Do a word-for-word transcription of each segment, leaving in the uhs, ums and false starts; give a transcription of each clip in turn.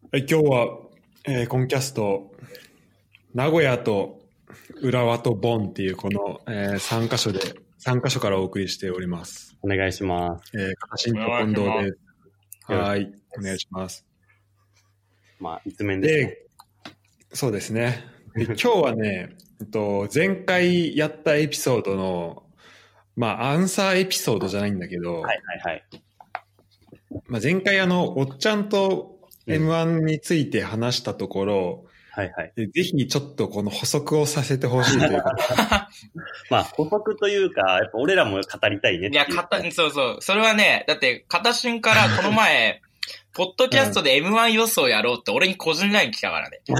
はい、今日は、えーコンキャスト、名古屋と浦和とボンっていうこの、えー、さんカ所で、さんカ所からお送りしております。 お願いします。 えー、カタシンと近藤です。はい、お願いします。 まあ、一面ですね。 で、そうですね。で今日はね、えっと、前回やったエピソードの、まあ、アンサーエピソードじゃないんだけど、 はいはいはい。 まあ、前回あの、おっちゃんと エムワン について話したところ、うんはいはい。 ぜひちょっとこの補足をさせてほしいというか。 まあ補足というか、やっぱ俺らも語りたいねっていう。 いや、かた、そうそう。それはね、だって、片新からこの前、ポッドキャストで エムワン 予想やろうって俺に個人ライン来たからね。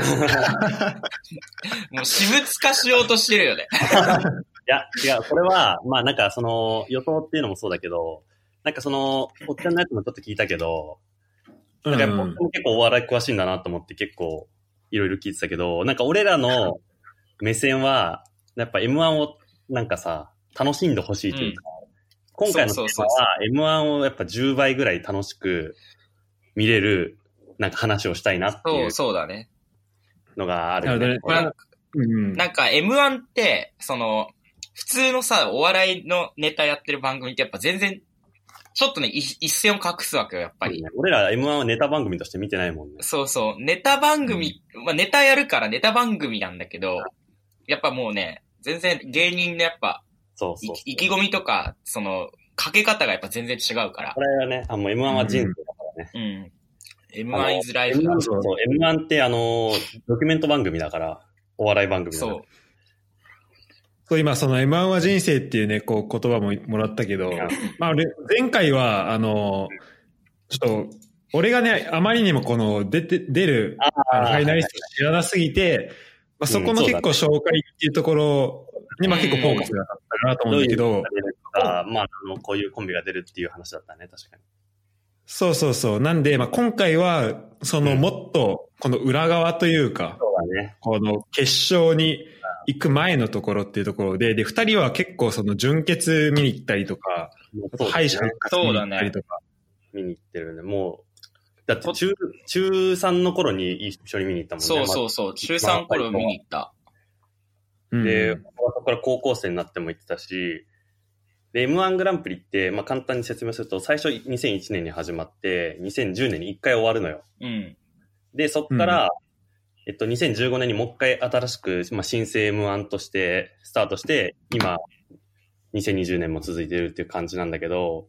もう私物化しようとしてるよね。 いや、違う。これは、まあなんかその予想っていうのもそうだけど、なんかその、おっちゃんのやつもちょっと聞いたけど、なんかやっぱ結構お笑い詳しいんだなと思って結構いろいろ聞いてたけど、なんか俺らの目線は、やっぱ エムワン をなんかさ、楽しんでほしいというか、うん、今回のテーマは エムワン をやっぱじゅうばいぐらい楽しく見れるなんか話をしたいなっていうのがあるよね。 そう、そうだね。うん、なんか エムワン って、その、普通のさ、お笑いのネタやってる番組ってやっぱ全然、ちょっとね、一線を隠すわけよ、やっぱり。 ね、俺ら エムワン はネタ番組として見てないもんね。 そうそう。ネタ番組、うん、まあネタやるからネタ番組なんだけど、やっぱもうね、全然芸人のやっぱ、 そうそうそう意気込みとか、その、かけ方がやっぱ全然違うから。 これはね、あ、もう エムワン は人生だからね。 うん。うん、エムワン is life。 そう、エムワン ってあの、ドキュメント番組だから、お笑い番組だから。 そう。 そう今その エムワン は人生っていうね、こう言葉ももらったけど、まあ前回は、あの、ちょっと、俺がね、あまりにもこの出て、出るファイナリスト知らなすぎて、まあ、そこの結構紹介っていうところに、まあ結構フォーカスがあったなと思うんだけど、 あまあ、あの、こういうコンビが出るっていう話だったね、確かに。 そうそうそう。なんで、まあ今回は、そのもっと、この裏側というか、 そうだね。 この決勝に行く前のところっていうところで、で、二人は結構その準決見に行ったりとか、敗者復活見に行ったりとか。 見に行ってるんで、もう、だって中、中さんの頃に一緒に見に行ったもんね。 そうそうそう、中さんの頃見に行った。 で、うん、そこから高校生になっても行ってたし、で、エムワン グランプリって、まあ簡単に説明すると、最初にせんいちねんに始まって、にせんじゅうねんにいっかい終わるのよ。 うん。 で、そっから、うん、えっと、にせんじゅうごねんにもう一回新しく、まあ、新生 エムワン としてスタートして、今、にせんにじゅうねんも続いてるっていう感じなんだけど、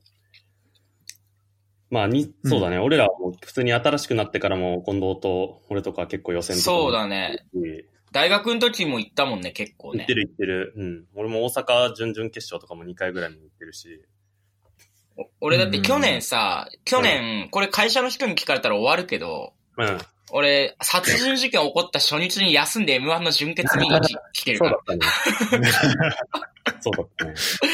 まあに、そうだね、うん、俺らも普通に新しくなってからも、近藤と俺とか結構予選とか。 そうだね。大学の時も行ったもんね、結構ね。 行ってる行ってる。うん。俺も大阪準々決勝とかもにかいぐらいに行ってるし。 俺だって去年さ、うん、去年、これ会社の人に聞かれたら終わるけど、 うん。 俺、殺人事件起こった初日に休んで エムワン の準決見に来てるから。 そうだったね。そうだったね。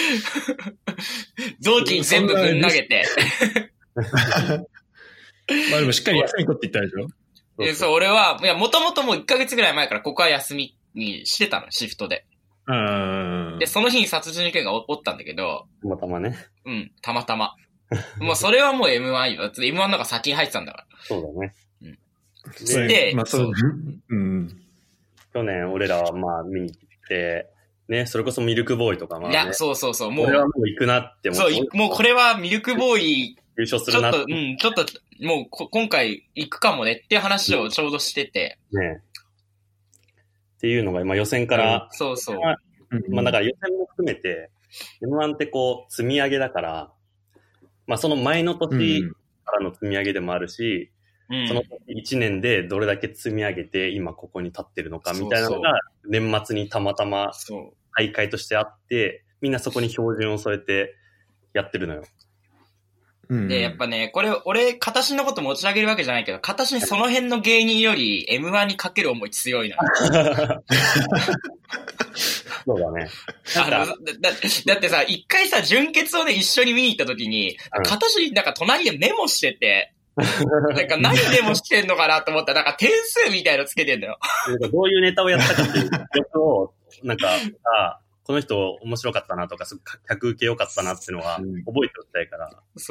臓器全部ぶん投げて。 まあでもしっかり休み取っていったでしょ。 そうそう、俺は、いや、もともともういっかげつぐらい前からここは休みにしてたの、シフトで。 うん。 で、その日に殺人事件が起こったんだけど。 たまたまね。 うん、たまたま。もうそれはもう エムワン よ。エムワン の方が先に入ってたんだから。 そうだね。 うん。で、 まあそう、うん。 去年俺らはまあ見に行って、ね、それこそミルクボーイとかまあ、ね。 いや、そうそうそう、もう。 俺はもう行くなって思って。そう、もうこれはミルクボーイ、 優勝するなって。 ちょっと、うん、ちょっと、もうこ今回行くかもねっていう話をちょうどしてて。 ね。っていうのが、まあ予選から。 うん、そうそう。 まあ、まあだから予選も含めて、エムワン ってこう、積み上げだから、まあその前の年からの積み上げでもあるし、うん、そのいちねんでどれだけ積み上げて今ここに立ってるのかみたいなのが年末にたまたま大会としてあって、みんなそこに標準を添えてやってるのよ。 で、やっぱね、これ、俺、片新のこと持ち上げるわけじゃないけど、片新その辺の芸人より エムワン にかける思い強いな。 そうだね。 あの、だ、だってさ、一回さ、準決をね、一緒に見に行った時に、片新なんか隣でメモしてて、なんか何メモしてんのかなと思ったら、なんか点数みたいのつけてんだよ。 どういうネタをやったかっていう曲を、なんか、あこの人面白かったなとか、客受け良かったなっていうのは覚えておきたいから。 そう。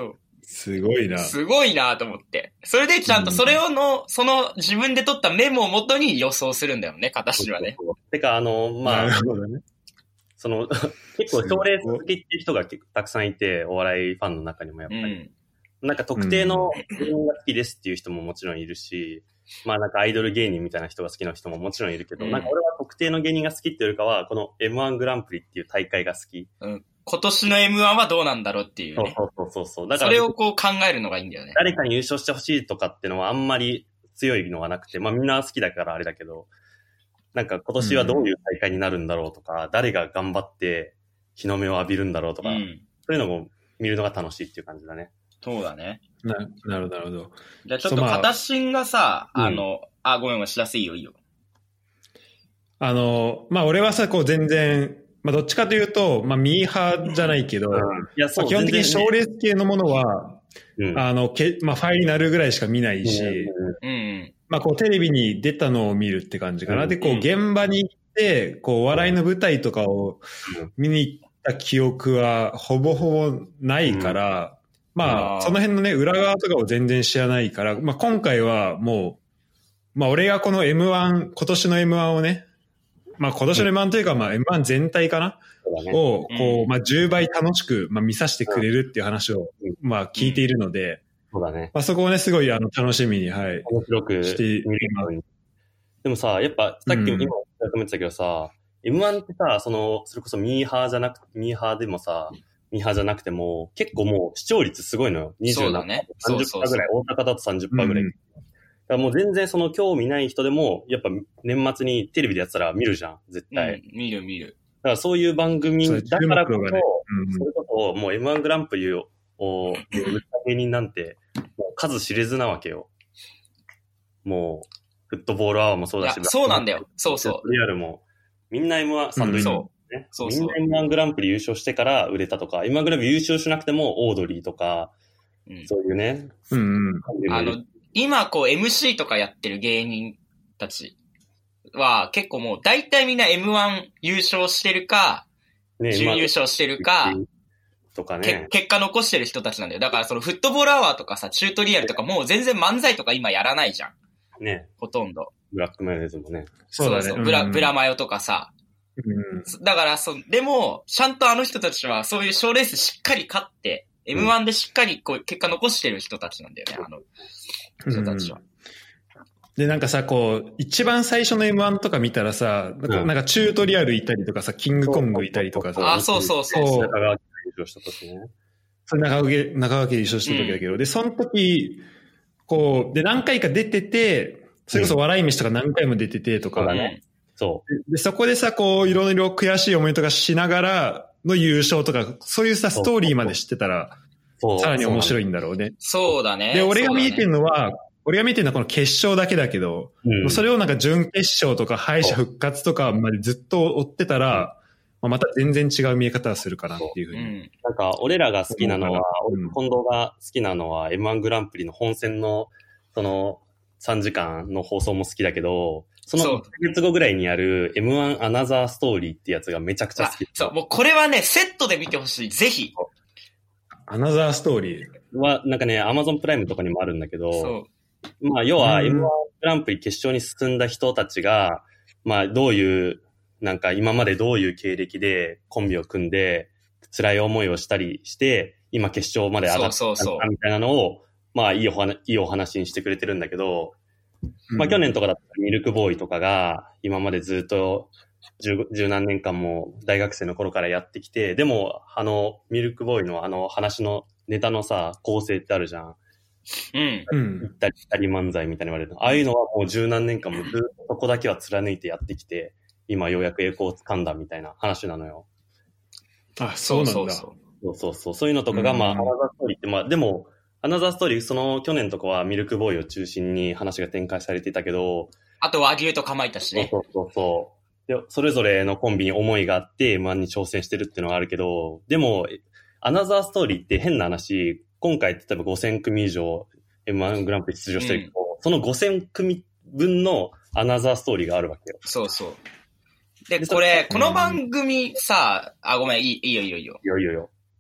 すごいな。 すごいなと思って。それでちゃんとそれをの、うん、その自分で取ったメモをもとに予想するんだよね、形はね。 そうそうそうてか、あの、まあ、なるほどね、その、結構賞レース好きっていう人が結構たくさんいて、お笑いファンの中にもやっぱり。うんなんか特定の自分が好きですっていう人ももちろんいるし、うん、まあなんかアイドル芸人みたいな人が好きな人ももちろんいるけど、うん、なんか俺は特定の芸人が好きっていうよりかは、この エムワン グランプリっていう大会が好き。 うん。今年の エムワン はどうなんだろうっていう、ね。 そうそうそうそう。だから、 それをこう考えるのがいいんだよね。 誰かに優勝してほしいとかっていうのはあんまり強いのはなくて、まあみんな好きだからあれだけど、なんか今年はどういう大会になるんだろうとか、うん、誰が頑張って日の目を浴びるんだろうとか、うん、そういうのも見るのが楽しいっていう感じだね。 そうだね。 な, なるほど、なるほど。 じゃあちょっと片新がさ、まあ、あの、うん、あ、ごめんごめん、知らせいいよ、いいよ。 あの、まあ俺はさ、こう全然、まあどっちかというと、まあミーハーじゃないけど、うん、いやそうまあ、基本的に賞レース系のものは、うん、あの、けまあファイナルぐらいしか見ないし、うんうん、まあこうテレビに出たのを見るって感じかな。うん、で、こう現場に行って、こうお笑いの舞台とかを見に行った記憶はほぼほぼないから、うんまあ、その辺のね、裏側とかを全然知らないから、まあ今回はもう、まあ俺がこの エムワン、今年の エムワン をね、まあ今年の エムワン というかまあ エムワン 全体かな、うん、を、こう、まあじゅうばい楽しく、まあ見させてくれるっていう話を、まあ聞いているので、 そうだね。 まあそこをね、すごいあの楽しみに、はい。 面白くしている。でもさ、やっぱさっきも今言ってたけどさ、うん、エムワン ってさ、その、それこそミーハーじゃなくて、ミーハーでもさ、ミーハーじゃなくても、結構もう視聴率すごいのよ。にじゅうなな、ね、さんじゅっパーセントぐらい。大阪だと さんじゅっパーセント ぐらい。うん、だからもう全然その興味ない人でも、やっぱ年末にテレビでやってたら見るじゃん、絶対。 うん、見る見る。 だからそういう番組だからこそ、ねうん、それこそもう エムワン グランプリを、売った芸人なんて、もう数知れずなわけよ。もう、フットボールアワーもそうだし。 そうなんだよ。そうそう。 リアルも、みんな エムワン、サンドイッチ。うんね、そうそうみんな エムワン グランプリ優勝してから売れたとか、エムワン グランプリ優勝しなくてもオードリーとか、うん、そういうね。 うんうん、 あの、今こう エムシー とかやってる芸人たちは結構もう大体みんな エムワン 優勝してるか、ね、準優勝してるか、まあ、 とかね。 結果残してる人たちなんだよ。だからそのフットボールアワーとかさ、チュートリアルとかもう全然漫才とか今やらないじゃん。 ね。 ほとんど。 ブラックマヨネーズもね。 そうだね。そうそう、ブラ、ブラマヨとかさ。うん、だからそ、でも、ちゃんとあの人たちはそういう賞レースしっかり勝って、うん、エムワン でしっかりこう結果残してる人たちなんだよね、あの人たちは。うん、 で、なんかさ、こう、一番最初の エムワン とか見たらさ、なんか、うん、なんかチュートリアルいたりとかさ、キングコングいたりとかさ。 あ、そうそうそうそう。 中川家優勝した時ね。 それ中川家、中川家優勝した時だけど、うん、で、その時、こう、で、何回か出てて、それこそ笑い飯とか何回も出ててとか、 そうだね。そう。 で、そこでさ、こう、いろいろ悔しい思いとかしながらの優勝とか、そういうさ、ストーリーまで知ってたら、さらに面白いんだろうね。 そうだね。 で、俺が見えてるのは、ね、俺が見えてるのはこの決勝だけだけど、うん、それをなんか準決勝とか敗者復活とかまでずっと追ってたら、まあ、また全然違う見え方をするかなっていうふうに。うん、 なんか、俺らが好きなのは、うん、近藤が好きなのは エムワン グランプリの本戦の、その、さんじかんの放送も好きだけど、そのいっかげつごぐらいにある エムワン アナザーストーリーってやつがめちゃくちゃ好き。 そう、もうこれはね、セットで見てほしい。ぜひ。 アナザーストーリーは、なんかね、アマゾンプライムとかにもあるんだけど、そうまあ、要は エムワン グランプリ決勝に進んだ人たちが、まあ、どういう、なんか今までどういう経歴でコンビを組んで、辛い思いをしたりして、今決勝まで上がったみたいなのを、まあ、いいお話、いいお話にしてくれてるんだけど、まあ去年とかだったらミルクボーイとかが今までずっと十、十何年間も大学生の頃からやってきて、でもあのミルクボーイのあの話のネタのさ、構成ってあるじゃん。 うん。 行ったり来たり漫才みたいに言われる。ああいうのはもう十何年間もずっとそこだけは貫いてやってきて、今ようやく栄光をつかんだみたいな話なのよ。 あ、そうなんだ。 そうそうそう。 そうそうそう。そういうのとかが、まあ、アナザーストーリーって、まあ、でも、アナザーストーリー、その去年とかはミルクボーイを中心に話が展開されていたけど、 あと和牛とかまいたしね。 そうそうそうで。それぞれのコンビに思いがあって、エムワン に挑戦してるっていうのがあるけど、でも、アナザーストーリーって変な話、今回例えばごせんくみ以上 エムワン グランプリ出場してるけど、うん、そのごせんくみ分のアナザーストーリーがあるわけよ。 そうそう。で、でこれ、この番組さ、あ、ごめん、いい、いいよいいよいいよ。 いいよいいよ。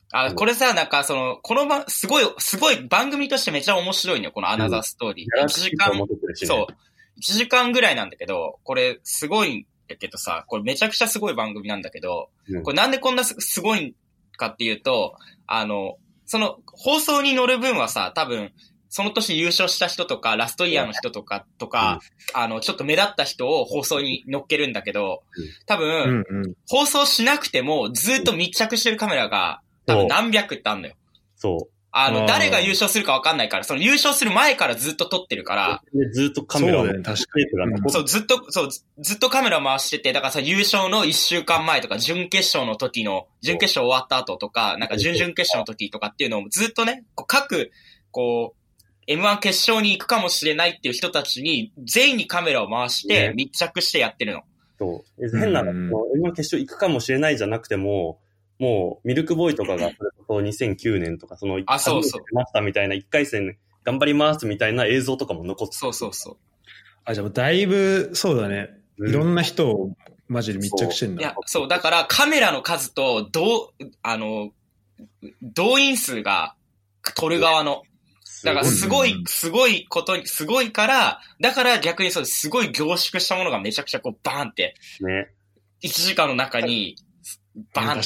あ、これさ、なんかその、このば、すごい、すごい番組としてめちゃ面白いのよ、このアナザーストーリー。いちじかん、そう、いちじかんぐらいなんだけど、これすごいんだけどさ、これめちゃくちゃすごい番組なんだけど、うん、これなんでこんなす、すごいかっていうと、あの、その、放送に乗る分はさ、多分、その年優勝した人とか、ラストイヤーの人とか、とか、うん、あの、ちょっと目立った人を放送に乗っけるんだけど、多分、うんうん、放送しなくてもずっと密着してるカメラが、多分何百ってあんのよ。 そう。 あの、誰が優勝するか分かんないから、その優勝する前からずっと撮ってるから、 ずっとカメラを、 そう、ね、確かにそう、ずっと、そう、ずっとカメラ回してて、だからさ、優勝のいっしゅうかんまえとか、準決勝の時の、準決勝終わった後とか、なんか準々決勝の時とかっていうのをずっとね、こう各、こう、エムワン 決勝に行くかもしれないっていう人たちに、全員にカメラを回して密着してやってるの。ね、 そう。変なの、エムワン 決勝行くかもしれないじゃなくても、もう、ミルクボーイとかが、それこそにせんきゅうねんとか、その、 あ、そうそう。 ましたみたいな、いっかい戦頑張りますみたいな映像とかも残ってそうそうそう。 あ、じゃあだいぶ、そうだね。いろんな人をマジで密着してんだ。 いや、そう、だからカメラの数と、どう、あの、動員数が、撮る側の。だからすごい、すごいことに、すごいから、だから逆にそう、すごい凝縮したものがめちゃくちゃこう、バーンって、ね。いちじかんの中に、バーンって、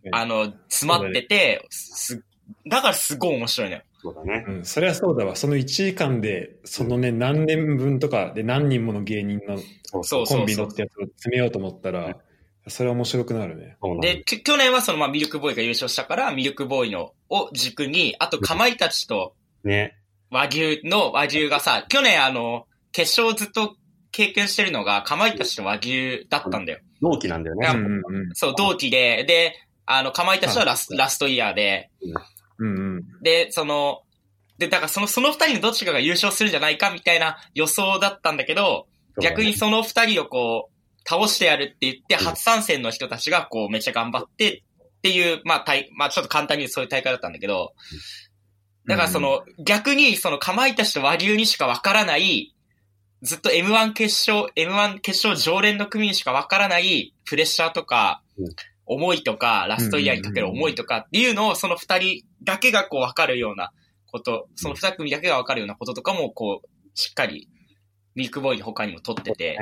あの、詰まってて、す、だからすごい面白いのよ。 そうだね。 うん、それはそうだわ。そのいちじかんで、そのね、何年分とかで何人もの芸人のコンビのってやつを詰めようと思ったら、それは面白くなるね。 で、去年はその、まあ、ミルクボーイが優勝したから、ミルクボーイの、を軸に、あと、かまいたちと、 ね。 和牛の和牛がさ、去年あの、決勝ずっと経験してるのが、かまいたちと和牛だったんだよ。 同期なんだよね。 うんうんうん、そう、同期で、で、あの、かまいたちはラス、ラストイヤーで、 うんうん、 で、その、で、だからその、その二人のどっちかが優勝するんじゃないかみたいな予想だったんだけど、ね、逆にその二人をこう、倒してやるって言って、初参戦の人たちがこう、めっちゃ頑張って、っていう、まあ、大、まあ、ちょっと簡単に言うそういう大会だったんだけど、だからその、うん、逆にそのかまいたちと和牛にしかわからない、ずっと エムワン 決勝、エムワン 決勝常連の組にしかわからないプレッシャーとか、うん、思いとか、ラストイヤーにかける思いとかっていうのをその二人だけがこうわかるようなこと、その二組だけがわかるようなこととかもこう、しっかりミルクボーイの他にも撮ってて。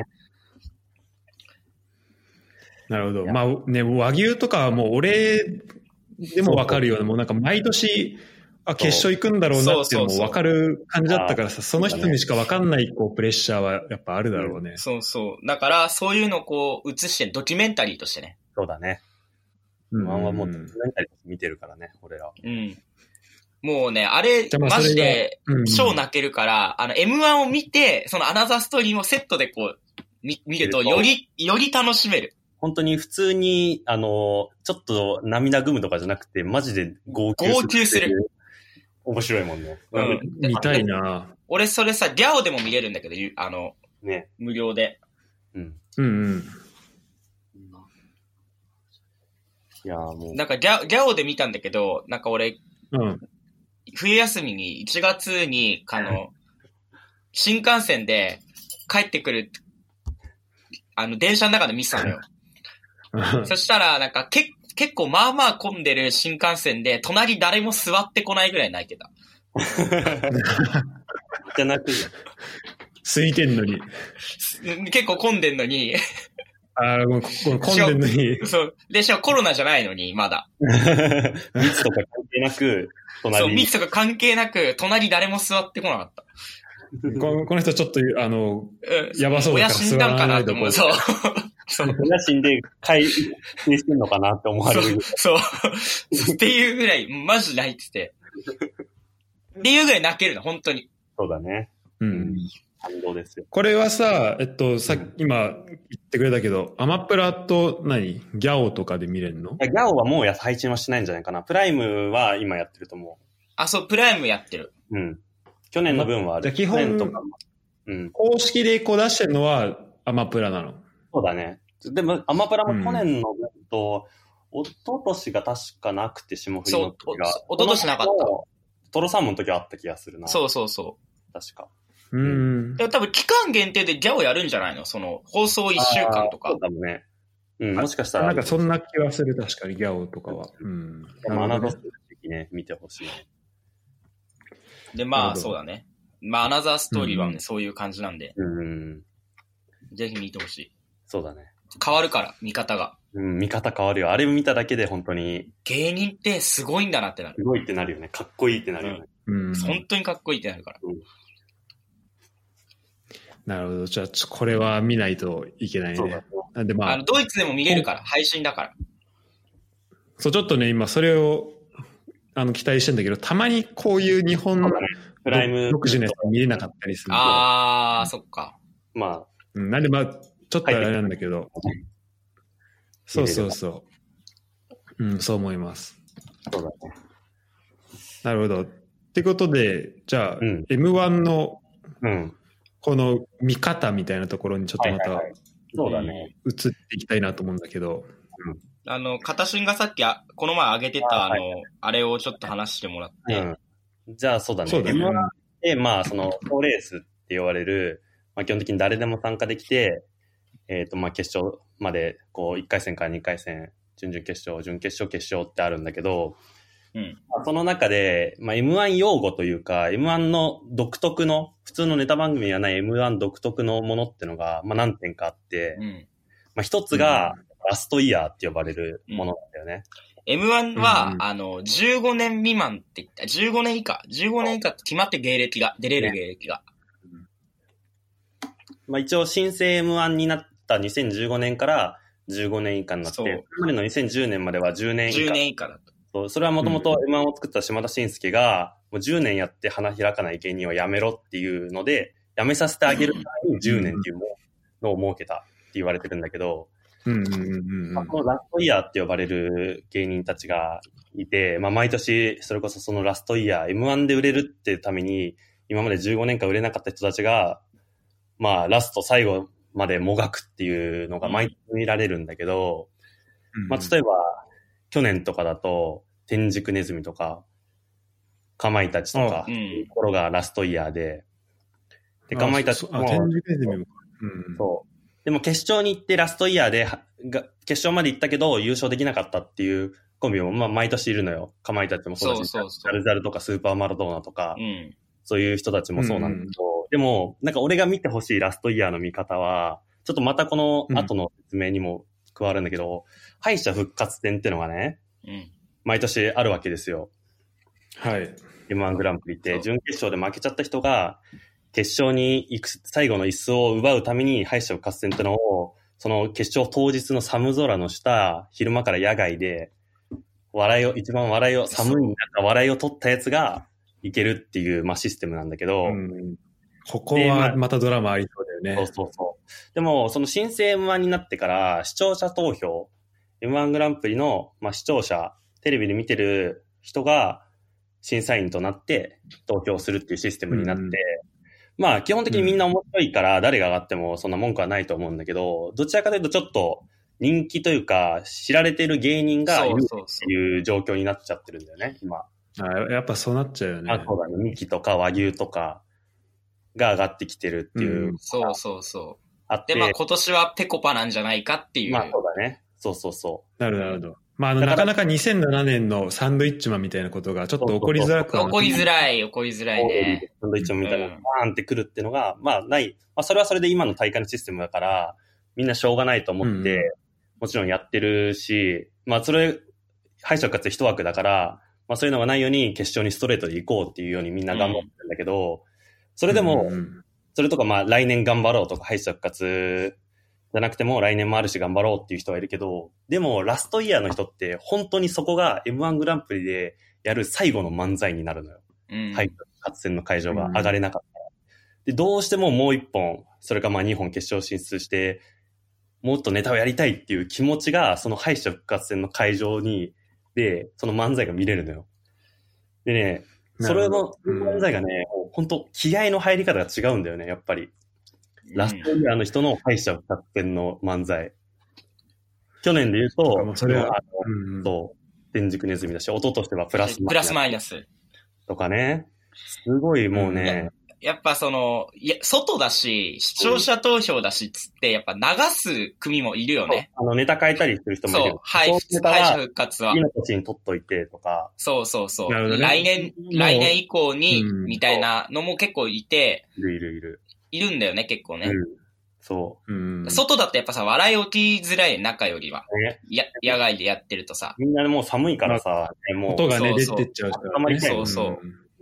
なるほど。まあね、和牛とかはもう俺でもわかるような、もうなんか毎年、あ、決勝行くんだろうなっていうのも分かる感じだったからさ、その人にしか分かんないこうプレッシャーはやっぱあるだろうね。 うん、そうそう。だからそういうのをこう映してドキュメンタリーとしてね。 そうだね。うん。まんはもうドキュメンタリーとして見てるからね、俺ら。 うん。もうね、あれ、マジで超泣けるから、うん、あの エムワン を見て、そのアナザーストーリーもセットでこう見、見るとより、より楽しめる。 本当に普通に、あの、ちょっと涙ぐむとかじゃなくて、マジで号泣する。 号泣する。 面白いもんね。 うん。見たいな。 俺それさ、ギャオでも見れるんだけど、あの、 ね。 無料で。 うん。 うんうん。 いやもう。 なんかギャ、ギャオで見たんだけど、なんか俺、 うん。 冬休みにいちがつに、あの、新幹線で帰ってくる、あの、電車の中で見てたのよ。そしたら、なんか、け、結構まあまあ混んでる新幹線で、隣誰も座ってこないぐらい泣いてた。 じゃなくて。 空いてんのに。 結構混んでんのに。 ああ、もう混んでんのに。 そう。で、しかもコロナじゃないのに、まだ。 密とか関係なく、 隣。そう、密とか関係なく、隣誰も座ってこなかった。 この、この人ちょっと、あの、うん、やばそうだから座らないとこ。親死んだんかなと思う。そう。 そう親死んで回復してんのかなって思われる。 そう。そうっていうぐらい、マジ泣いてて。っていうぐらい泣けるの、本当に。 そうだね。 うん。 感動ですよ。 これはさ、えっと、さっき、今言ってくれたけど、アマプラと何ギャオとかで見れるの？ ギャオはもうや配信はしないんじゃないかな。プライムは今やってると思う。 あ、そう、プライムやってる。 うん。去年の分はある。 じゃあ基本とか、うん、公式でこう出してるのはアマプラなの？ そうだね。でも、アマプラも去年の分と、うん、一昨年が確かなくて、霜降りの時が。 そう、一昨年なかった。 トロサーモンの時はあった気がするな。 そうそうそう。 確か。 うん。 でも多分期間限定でギャオやるんじゃないの？その、放送いっしゅうかんとか。 そうだもんね。 うん、もしかしたら。 なんかそんな気はする、確かにギャオとかは。うん。 アナザーストーリーね、見てほしい。 で、まあそうだね。まあアナザーストーリーはね、うん、そういう感じなんで。 うん。 ぜひ見てほしい。 そうだね。 変わるから、見方が。 うん、見方変わるよ。あれ見ただけで本当に。 芸人ってすごいんだなってなる。 すごいってなるよね。かっこいいってなるよね。 うん。本当にかっこいいってなるから。うん、 なるほど。じゃあ、これは見ないといけないね。そうだね。なんでまあ。 あの、ドイツでも見れるから、配信だから。 そう、ちょっとね、今それを、あの、期待してんだけど、たまにこういう日本の、ね、 プライム独自のやつ見れなかったりする。 あー、そっか。 まあ。 うん、なんでまあ、ちょっとあれなんだけど。そうそうそう。うん、そう思います。 そうだね。 なるほど。ってことで、じゃあ、うん、エムワン の、 うん。 この見方みたいなところにちょっとまた、はいはいはい、 そうだね。 移っていきたいなと思うんだけど。 うん、あの、片新がさっきあ、この前上げてた、あの、あ,、はい、あれをちょっと話してもらって。 うん、じゃあ、そうだね。 そうだね。 エムワン で、まあ、その、賞レースって言われる、まあ、基本的に誰でも参加できて、えっ、ー、と、まあ、決勝まで、こう、いっかい戦からにかい戦、準々決勝、準決勝、決勝ってあるんだけど、 うんまあ、その中で、まあ、エムワン 用語というか、エムワン の独特の、普通のネタ番組にはない エムワン 独特のものっていうのが、まあ、何点かあって、 うんまあ、一つが、ラストイヤーって呼ばれるものなんだよね。 うん、エムワン は、うん、あの、じゅうごねん未満って言った、じゅうごねん以下、じゅうごねん以下って決まって芸歴が、出れる芸歴が。 ね、まあ、一応、新生 エムワン になったにせんじゅうごねんからじゅうごねん以下になって、それまでのにせんじゅうねんまではじゅうねん以下。 じゅうねん以下だと。 そう、それはもともと エムワン を作った島田紳介が、もうじゅうねんやって花開かない芸人をやめろっていうので、やめさせてあげるためにじゅうねんっていうのを設けたって言われてるんだけど、 うんうんうんうん、 このラストイヤーって呼ばれる芸人たちがいて、まあ毎年それこそそのラストイヤー、エムワン で売れるっていうために、今までじゅうごねんかん売れなかった人たちが、まあラスト最後までもがくっていうのが毎年見られるんだけど、うん、まあ例えば、去年とかだと、天竺ネズミとか、かまいたちとか、うん、ところがラストイヤーで、で、かまいたちも、 あ、天竺ネズミも、 うん、そう。でも決勝に行ってラストイヤーで、が決勝まで行ったけど優勝できなかったっていうコンビもまあ毎年いるのよ。かまいたちもそうだし、 そうそうそうジャルジャルとかスーパーマラドーナとか、 うん、 そういう人たちもそうなんだけど、うん、でも、なんか俺が見てほしいラストイヤーの見方は、ちょっとまたこの後の説明にも加わるんだけど、うん、敗者復活戦ってのがね、 うん、 毎年あるわけですよ。 はい。 エムワン グランプリって、準決勝で負けちゃった人が、決勝に行く、最後の椅子を奪うために敗者復活戦ってのを、その決勝当日の寒空の下、昼間から野外で、笑いを、一番笑いを、寒い中笑いを取ったやつがいけるっていう、まあ、システムなんだけど、うん、 ここはまたドラマありそうだよね。 そうそうそう。でも、その新生 エムワン になってから視聴者投票、エムワン グランプリの、まあ、視聴者、テレビで見てる人が審査員となって投票するっていうシステムになって、うん、まあ基本的にみんな面白いから誰が上がってもそんな文句はないと思うんだけど、どちらかというとちょっと人気というか知られている芸人がいるっていう状況になっちゃってるんだよね、今。 あ、やっぱそうなっちゃうよね。 あ、そうだね。ミキとか和牛とかが上がってきてるっていう、 うん。そうそうそう。あって。で、まあ今年はペコパなんじゃないかっていう。 まあそうだね。そうそうそう。 なるほど、なるほど。まあ、あの、なかなかにせんななねんのサンドイッチマンみたいなことがちょっと起こりづらくは起こりづらい、起こりづらいね。 サンドイッチマンみたいなのがバーンってくるっていうのが、うん、まあない。まあそれはそれで今の大会のシステムだから、みんなしょうがないと思って、うん、もちろんやってるし、まあそれ、敗者復活一枠だから、まあそういうのがないように決勝にストレートで行こうっていうようにみんな頑張ってるんだけど、うん、それでも、うん、それとかまあ来年頑張ろうとか敗者復活、じゃなくても来年もあるし頑張ろうっていう人はいるけど、でもラストイヤーの人って本当にそこが エムワン グランプリでやる最後の漫才になるのよ。 うん、 はい。初戦の会場が上がれなかったら、うん。で、どうしてももう一本、それかまあ二本決勝進出して、もっとネタをやりたいっていう気持ちが、その敗者復活戦の会場に、で、その漫才が見れるのよ。でね、それの漫才がね、うん、本当気合の入り方が違うんだよね、やっぱり。ラストイヤーの人の敗者復活戦の漫才。去年で言うと、 それは、 あの、うん、そう、天竺ネズミだし、音としてはプラスマイナス。 プラスマイナス。 とかね。すごいもうね、 やっぱその、いや、外だし、視聴者投票だし、つって、やっぱ流す組もいるよね。 あの、ネタ変えたりする人もいる。 そう、はい、 ネタ敗者は、 復活は。 今の年に取っといてとか。 そうそうそう。 なるほどね来年、来年以降に、 うんみたいなのも結構いて、 いるいるいる。 いるんだよね、結構ね。 うん。そうん。 外だとやっぱさ、笑い起きづらい中よりは。 う。ね。 や、野外でやってるとさ。 みんなもう寒いからさ、ねもう。 音がね、出そうそうてっちゃうから、ね。 あんまりねそうそう。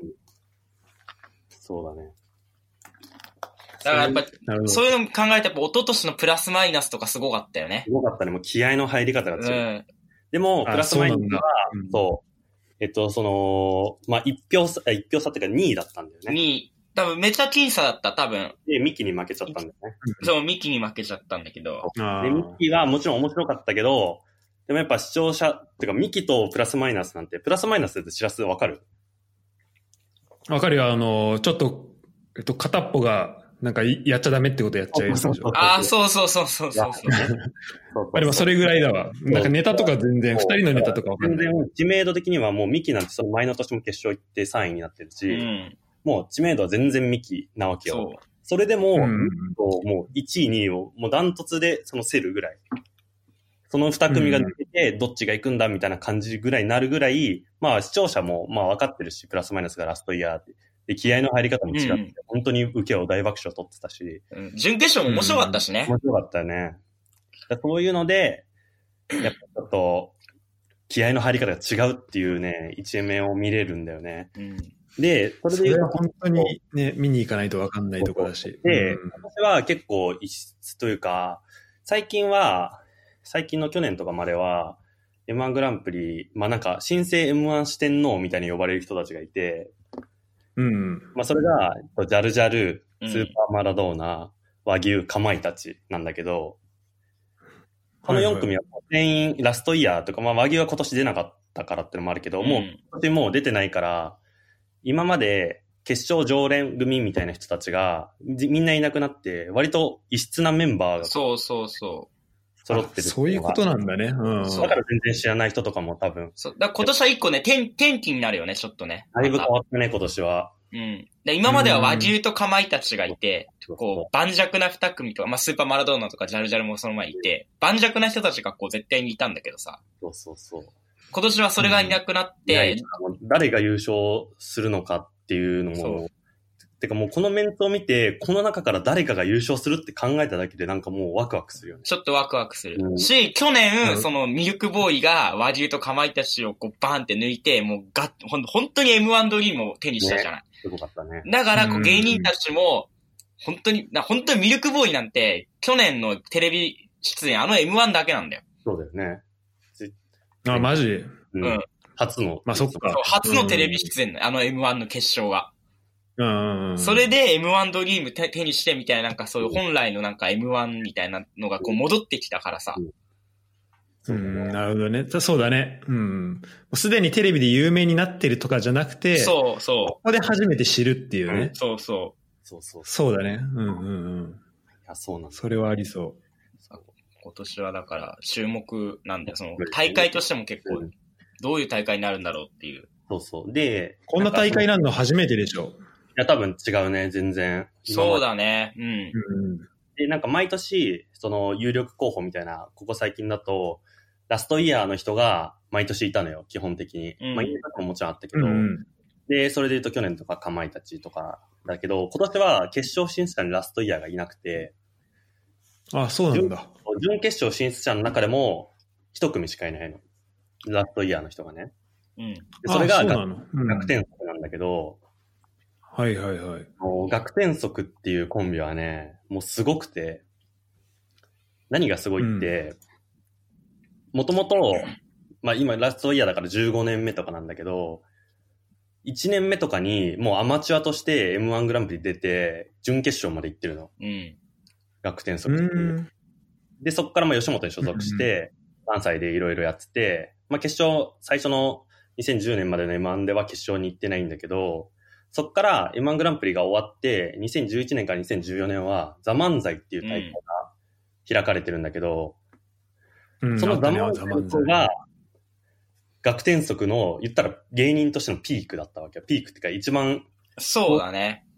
そうだね。 だからやっぱ、 なるほど。 そういうの考えてやっぱ一昨年のプラスマイナスとかすごかったよね。 すごかったね。もう気合の入り方がう違う。 ん。 でも、 あプラスマイナスは、 そうなんだうんそう。えっと、その、まあ、一票差、一票差っていうかにいだったんだよね。 に、多分めっちゃ僅差だった、多分。 で、ミキに負けちゃったんだよね。 そう、ミキに負けちゃったんだけど。 あで、ミキはもちろん面白かったけど、でもやっぱ視聴者、ってかミキとプラスマイナスなんて、プラスマイナスって知らすわかる？ あ。わかるよ。あの、ちょっと、えっと、片っぽが、なんかい、やっちゃダメってことやっちゃうやつでしょ。 ああ、そうそうそうそうそうそう。 そうあ、でもそれぐらいだわ。なんかネタとか全然、二人のネタとかわかんない。 全然知名度的にはもうミキなんてその前の年も決勝行ってさんいになってるし、 うん。 もう知名度は全然ミキなわけよ。 そう。 それでも、 うんミキともういちい、にいをもうダントツでその競るぐらい。その二組が抜けて、どっちが行くんだみたいな感じぐらいになるぐらい、まあ視聴者もまあ分かってるし、プラスマイナスがラストイヤーって。で、気合の入り方も違って、 うん本当に受けを大爆笑取ってたし。 うん準決勝も面白かったしね。 面白かったよね。だそういうので、やっぱちょっと、気合の入り方が違うっていうね、一面を見れるんだよね。 うん。 で、それで言うとそれは本当にね、見に行かないとわかんないとこだし。 で、 うん私は結構異質というか、最近は、最近の去年とかまでは、エムワン グランプリ、まあなんか、新生 エムワン 四天王みたいに呼ばれる人たちがいて、 うん。 まあそれが、ジャルジャル、 うんスーパーマラドーナ、和牛、かまいたちなんだけど、このよん組は全員ラストイヤーとか、まあ和牛は今年出なかったからっていうのもあるけど、もう今年もう出てないから、今まで決勝常連組みたいな人たちがじみんないなくなって、割と異質なメンバーがそうそうそう。 揃ってる。 そういうことなんだね。うん。 そうだから全然知らない人とかも多分、 そう。だから今年は一個ね、転、転機になるよね、ちょっとね。 だいぶ変またわったね、今年は。 うん。で今までは和牛とかまいたちがいて、こう、盤石な二組とか、まあ、スーパーマラドーナとかジャルジャルもその前にいて、盤石な人たちがこう絶対にいたんだけどさ、 そうそうそう。 今年はそれがいなくなっいやいて、 や誰が優勝するのかっていうのそも、てかもうこのメンツを見て、この中から誰かが優勝するって考えただけでなんかもうワクワクするよね。 ちょっとワクワクする。 うんし、去年、 うんそのミルクボーイが和牛とかまいたちをこうバーンって抜いて、もうがほん本当に エムワン ドリームを手にしたじゃない。 すごかったね。 だから、こううん芸人たちも、本当に、な本当にミルクボーイなんて、去年のテレビ出演、あの エムワン だけなんだよ。 そうだよね。 あ、マジううんん。 初の。 まあそっかそう初のテレビ出演だよ、あの エムワン の決勝が。 うん。 それで エムワン ドリーム手手にしてみたいな、なんかそういう本来のなんか エムワン みたいなのがこう戻ってきたからさ。 うん、なるほどね。そうだね。うん。もうすでにテレビで有名になってるとかじゃなくて、 そうそここで初めて知るっていうね。 う。そうそそうそう。いそうだね。うんうんうん。 や、そうなんだ。 それはありそう。 う。今年はだから注目なんだよ。その大会としても結構、どういう大会になるんだろうっていう。 そうそう。で、 こんな大会なの初めてでしょ。 いや、多分違うね、全然。 そうだね。うん。 うん。 で、なんか毎年、その有力候補みたいな、ここ最近だと、ラストイヤーの人が毎年いたのよ、基本的に。 うんまあ、いい方ももちろんあったけど、 うん。 で、それで言うと去年とかかまいたちとかだけど、今年は決勝進出者にラストイヤーがいなくて、 あ、そうなんだ。 準決勝進出者の中でも一組しかいないの。ラストイヤーの人がね。 うん。 でそれがあそうな学の、うん、 学天則なんだけど、 はいはいはい。 もう学天則っていうコンビはね、もうすごくて、何がすごいって、もともと、まあ今ラストイヤーだからじゅうごねんめとかなんだけど、いちねんめとかにもうアマチュアとして エムワン グランプリ出て、準決勝まで行ってるの。 うん。 学天則っていうう。 ん。 で、そこからまあ吉本に所属して、関西でいろいろやってて、まあ決勝、最初のにせんじゅうねんまでの エムワン では決勝に行ってないんだけど、そこから エムワン グランプリが終わって、にせんじゅういちねんからにせんじゅうよねんはザ・漫才っていう大会が開かれてるんだけど、 うん、 そのザ・あったね漫才が、学天則の、言ったら芸人としてのピークだったわけよ。ピークっていうか一番、 そうだね。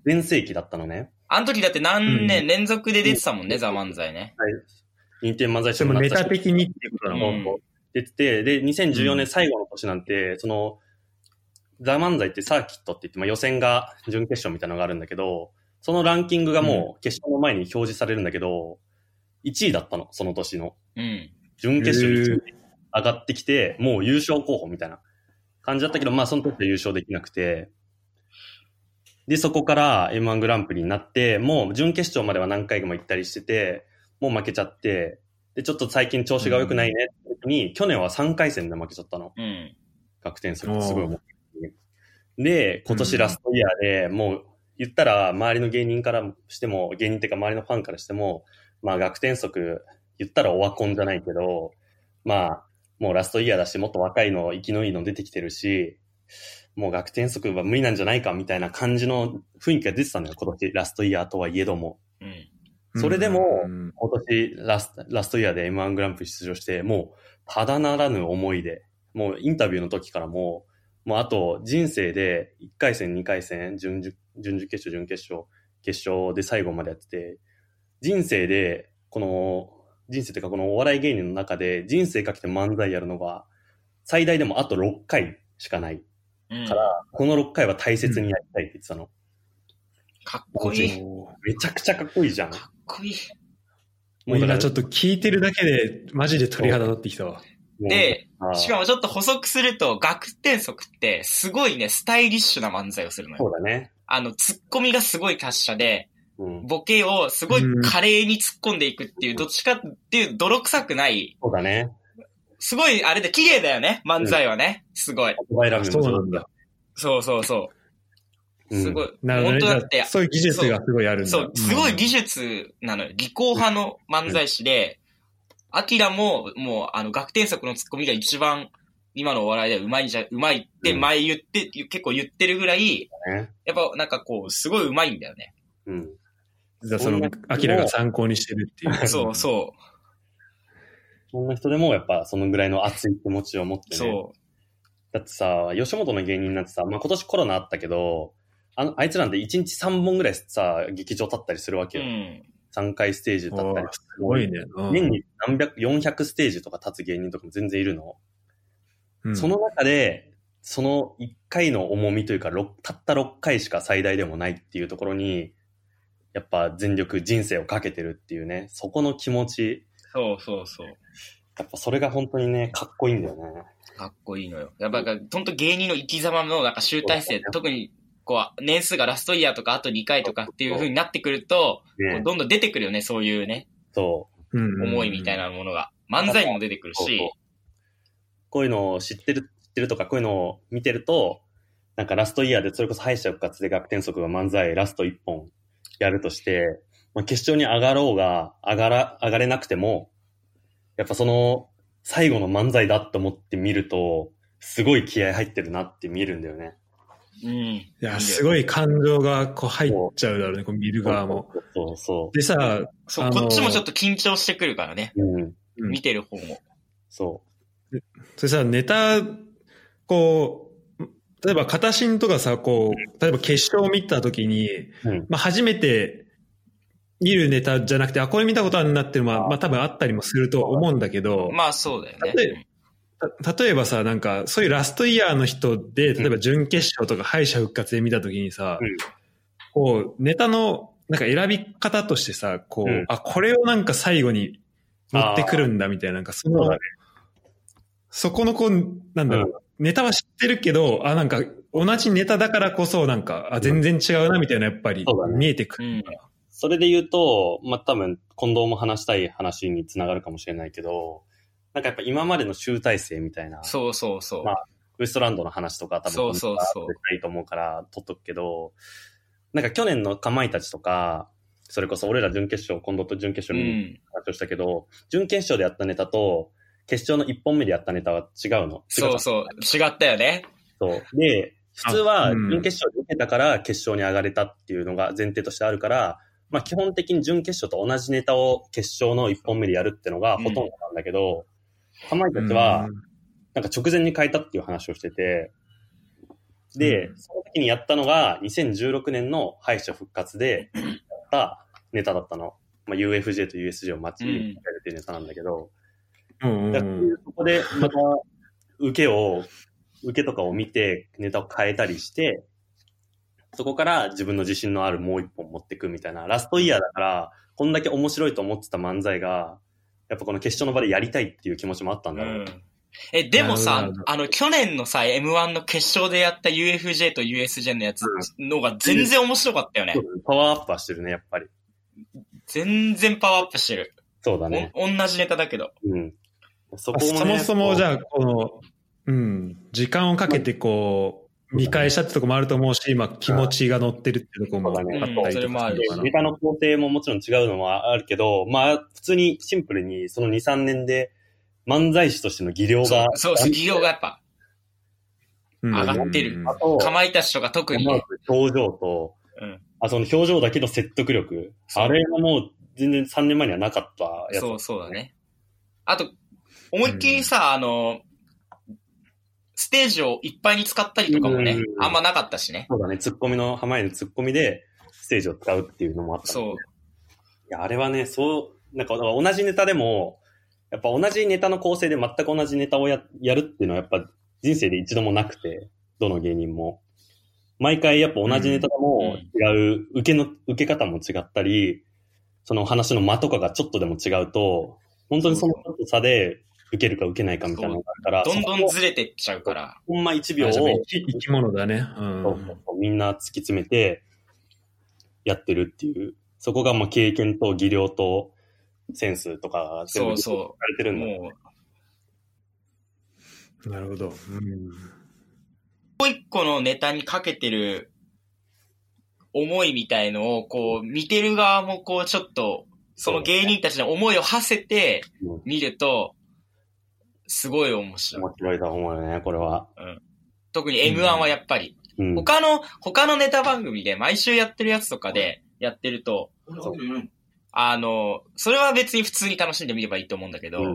全盛期だったのね。 あの時だって何年連続で出てたもんね、うん、ザ・漫才ね。 はい。認定漫才師もネタ的にっていうことなの、うん、 出てて、で、にせんじゅうよねん最後の年なんて、うん、その、ザ・漫才ってサーキットって言って、まあ、予選が準決勝みたいなのがあるんだけど、そのランキングがもう決勝の前に表示されるんだけど、いちいだったの、その年の。 うん。 準決勝いちいに上がってきて、もう優勝候補みたいな感じだったけど、まあその時は優勝できなくて、で、そこから エムワン グランプリになって、もう準決勝までは何回も行ったりしてて、もう負けちゃって、で、ちょっと最近調子が良くないねって時に、うん、去年はさんかい戦で負けちゃったの。 うん。 逆転するとすごい思って。で、今年ラストイヤーで、もう言ったら周りの芸人からしても、芸人っていうか周りのファンからしても、まあ逆転速言ったらオワコンじゃないけど、まあもうラストイヤーだし、もっと若いの、生きのいいの出てきてるし、もう逆転速は無理なんじゃないかみたいな感じの雰囲気が出てたのよ、今年ラストイヤーとはいえども。 うん、 それでも、今年ラスト、ラストイヤーで エムワン グランプリ出場して、もうただならぬ思いで、もうインタビューの時からもう、もうあと人生でいっかい戦、にかい戦、準々、準々決勝、準決勝、決勝で最後までやってて、人生で、この、人生というかこのお笑い芸人の中で人生かけて漫才やるのが、最大でもあとろっかいしかない。から、うん、このろっかいは大切にやりたいって言ってたの。 かっこいい。 めちゃくちゃかっこいいじゃん。 かっこいい。 もう今ちょっと聞いてるだけで、マジで鳥肌立ってきたわ。 で、しかもちょっと補足すると、逆転速ってすごいね、スタイリッシュな漫才をするのよ。 そうだね。 あの、ツッコミがすごい達者で、うん、ボケをすごい華麗に突っ込んでいくっていう、どっちかっていう泥臭くない。 そうだね。 すごい、あれで綺麗だよね、漫才はね。うん、すごい。 そうなんだ。 そうそうそう。すごい。 うん、なるほど、ね、本当だって。そういう技術がすごいあるんだ。 そう、すごい技術なのよ。技巧派の漫才師で、アキラも、もう、あの、逆転速のツッコミが一番、今のお笑いではうまいんじゃ、うまいって前言って、うん、結構言ってるぐらい、 ね、 やっぱなんかこう、すごいうまいんだよね。 うん。 じゃあその、アキラが参考にしてるっていう。 そうそう。 そんな人でもやっぱそのぐらいの熱い気持ちを持ってね。 そう。 だってさ、吉本の芸人なんてさ、まあ、今年コロナあったけど、あの、あいつらなんていちにちさんぼんぐらいさ、劇場立ったりするわけよ。うん、さんかいステージ立ったり。 すごいね。 うん、年に何百、よんひゃくステージとか立つ芸人とかも全然いるの。うん、その中で、そのいっかいの重みというか、たったろっかいしか最大でもないっていうところに、やっぱ全力人生をかけてるっていうね、そこの気持ち。 そうそうそう。 やっぱそれが本当にね、かっこいいんだよね。 かっこいいのよ。やっぱ、本当芸人の生き様のなんか集大成、特に、こう、年数がラストイヤーとかあとにかいとかっていう風になってくると、ね、こうどんどん出てくるよね、そういうね。 そう。 思いみたいなものが。漫才にも出てくるし。そうそうこういうのを知ってる、知ってるとか、こういうのを見てると、なんかラストイヤーでそれこそ敗者復活で逆転速が漫才ラストいっぽんやるとして、まあ、決勝に上がろうが、上がら、上がれなくても、やっぱその、最後の漫才だと思って見ると、すごい気合入ってるなって見えるんだよね。 うん。いや、すごい感情がこう入っちゃうだろうね、こう見る側も。 そうそう。 でさ、 そう、こっちもちょっと緊張してくるからね。 うん。 見てる方も。 そう。 それさ、ネタ、こう、例えば、片新とかさ、こう、例えば決勝を見たときに、うん、まあ初めて見るネタじゃなくて、あ、これ見たことあるなっていうのは、まあ多分あったりもすると思うんだけど、 まあそうだよね。 例え、例えばさ、なんか、そういうラストイヤーの人で、例えば準決勝とか敗者復活で見たときにさ、うん、こう、ネタの、なんか選び方としてさ、こう、うん、あ、これをなんか最後に持ってくるんだみたいな、なんかその、そ, ね、そこのこう、なんだろう、うんネタは知ってるけど、あ、なんか、同じネタだからこそ、なんか、あ、全然違うな、みたいな、やっぱり、見えてくる、 うん。それで言うと、まあ、多分、近藤も話したい話につながるかもしれないけど、なんかやっぱ今までの集大成みたいな。 そうそうそう。 まあ、ウエストランドの話とか多分、 そうそうそう。 絶対いいと思うから、取っとくけど、なんか去年のかまいたちとか、それこそ俺ら準決勝、近藤と準決勝に話をしたけど、うん、準決勝でやったネタと、決勝のいっぽんめでやったネタは違うの。 そうそう。違ったよね。 そう。で、普通は準決勝で受けたから決勝に上がれたっていうのが前提としてあるから、まあ基本的に準決勝と同じネタを決勝のいっぽんめでやるってのがほとんどなんだけど、かまいたちは、なんか直前に変えたっていう話をしてて、 で、 うん、 その時にやったのがにせんじゅうろくねんの敗者復活でやったネタだったの。まあ、ユーエフジェー と ユーエスジェー を間違えるっていうネタなんだけど、 うんうんだからそこでまた受けを、受けとかを見てネタを変えたりして、そこから自分の自信のあるもう一本持っていくみたいな、ラストイヤーだから、こんだけ面白いと思ってた漫才が、やっぱこの決勝の場でやりたいっていう気持ちもあったんだろう。うん、 え、でもさ、あの、去年のさ、エムワン の決勝でやった ユーエフジェー と ユーエスジェー のやつのが全然面白かったよね。 うん、パワーアップはしてるね、やっぱり。 全然パワーアップしてる。 そうだね。 同じネタだけど。 うん。 そこも、ね、そもそもじゃあ、この、うん、時間をかけてこう、見返したってとこもあると思うし、まあ気持ちが乗ってるっていうところもあったりとか、 うん、それもある。 ネタの工程ももちろん違うのはあるけど、まあ普通にシンプルにそのに、さんねんで漫才師としての技量が。 そう、そうそう、技量がやっぱ、上がってる。あと、かまいたちとか特に。 表情と、うん、あその表情だけの説得力。あれはもう全然さんねんまえにはなかったやつ。 そうそうだね。あと、思いっきりさ、うん、あの、ステージをいっぱいに使ったりとかもね、あんまなかったしね。 そうだね、ツッコミの、濱家のツッコミでステージを使うっていうのもあった、ね。そう。いや、あれはね、そう、なんか同じネタでも、やっぱ同じネタの構成で全く同じネタを や, やるっていうのはやっぱ人生で一度もなくて、どの芸人も。毎回やっぱ同じネタでも違う、受けの、受け方も違ったり、その話の間とかがちょっとでも違うと、本当にその差で受けるか受けないかみたいなのがあるから。 どんどんずれてっちゃうから。 ほんま一秒を。 生き物だね。うん、 そうそうそう。みんな突き詰めてやってるっていう。そこがまあ経験と技量とセンスとか全部されてるんだ、ね。そうそう。なるほど。うん、 もう一個のネタにかけてる思いみたいのを、こう、見てる側もこう、ちょっと、その芸人たちの思いを馳せて見ると、すごい面白い。 面白いと思うよね、これは。 うん。特に エムワン はやっぱり、うん、他の、他のネタ番組で毎週やってるやつとかでやってると、うん、あの、それは別に普通に楽しんでみればいいと思うんだけど、うん、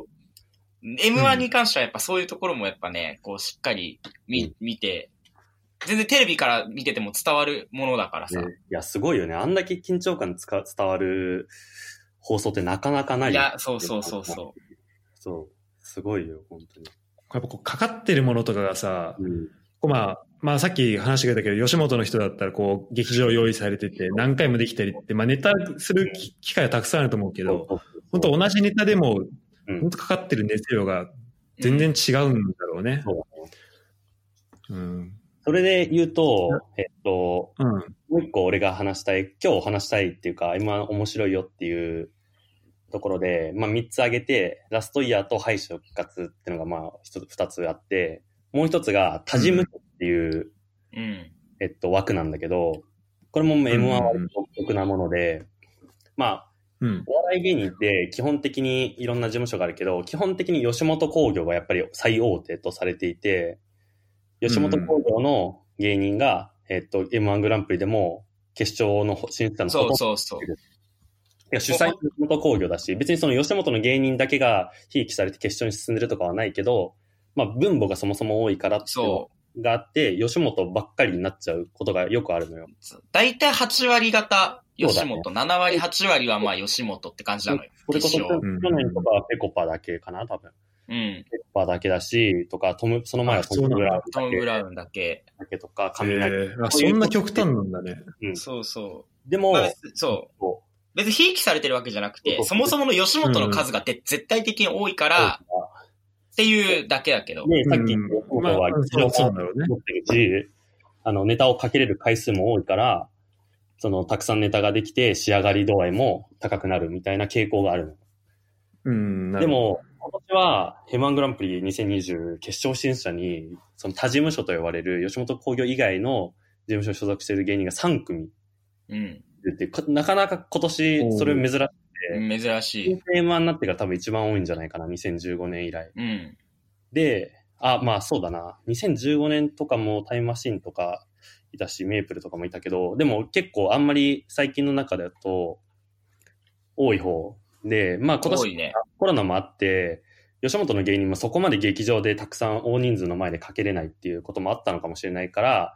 エムワン に関してはやっぱそういうところもやっぱね、こうしっかり見、うん、見て、全然テレビから見てても伝わるものだからさ。ね、 いや、すごいよね。あんだけ緊張感つか伝わる放送ってなかなかない。 いや、そうそうそうそう。 そう。すごいよ、本当に。 やっぱこう、かかってるものとかがさ、うん、こうまあ、まあさっき話が出たけど、吉本の人だったらこう、劇場用意されてて、何回もできたりって、まあネタする機会はたくさんあると思うけど、本当同じネタでも、本当かかってる熱量が全然違うんだろうね。 そうだね。うん。 それで言うと、えっと、うん、もう一個俺が話したい、今日話したいっていうか、今面白いよっていうところで、まあ三つ挙げて、ラストイヤーと敗者復活っていうのがまあ一つ、二つあって、もう一つが多事務所っていう、 うん、 えっと枠なんだけど、これも エムワン は独特なもので、まあ、うん、お笑い芸人って基本的にいろんな事務所があるけど、基本的に吉本興業がやっぱり最大手とされていて、吉本興業の芸人が、うん、えっと、エムワン グランプリでも決勝の審査のほとんど。 そうそうそう。 いや主催の吉本興業だし、別にその吉本の芸人だけがひいきされて決勝に進んでるとかはないけど、まあ分母がそもそも多いからっていうのがあって、吉本ばっかりになっちゃうことがよくあるのよ。 だいたいはち割方吉本、ね、なな割、はち割はまあ吉本って感じなのよ。 これこそ去年とかはペコパだけかな、多分。 うん。 ペコパだけだし、とか、トム、その前はトム・ブラウンだけ。 トム・ブラウンだけ。 だけとか、雷。 えー、そんな極端なんだね。 うん。そうそう。 でも、まあ、 そう。別にひいきされてるわけじゃなくて、そもそもの吉本の数がで、うん、絶対的に多いから、っていうだけだけど。 ね、さっき言ったことは、 吉本が持ってるし、あの、ネタをかけれる回数も多いから、その、たくさんネタができて、仕上がり度合いも高くなるみたいな傾向があるの。 うん、 でも、今年は、エムワン グランプリにせんにじゅう決勝進出者に、その他事務所と呼ばれる吉本興業以外の事務所に所属している芸人がさん組。 うん。 でなかなか今年、それ珍しくて。 珍しい。 エムワン になってから多分一番多いんじゃないかな、にせんじゅうごねん以来。 うん。 で、あ、まあそうだな。にせんじゅうごねんとかもタイムマシンとかいたし、メープルとかもいたけど、でも結構あんまり最近の中だと多い方。で、まあ今年、ね、コロナもあって、吉本の芸人もそこまで劇場でたくさん大人数の前でかけれないっていうこともあったのかもしれないから、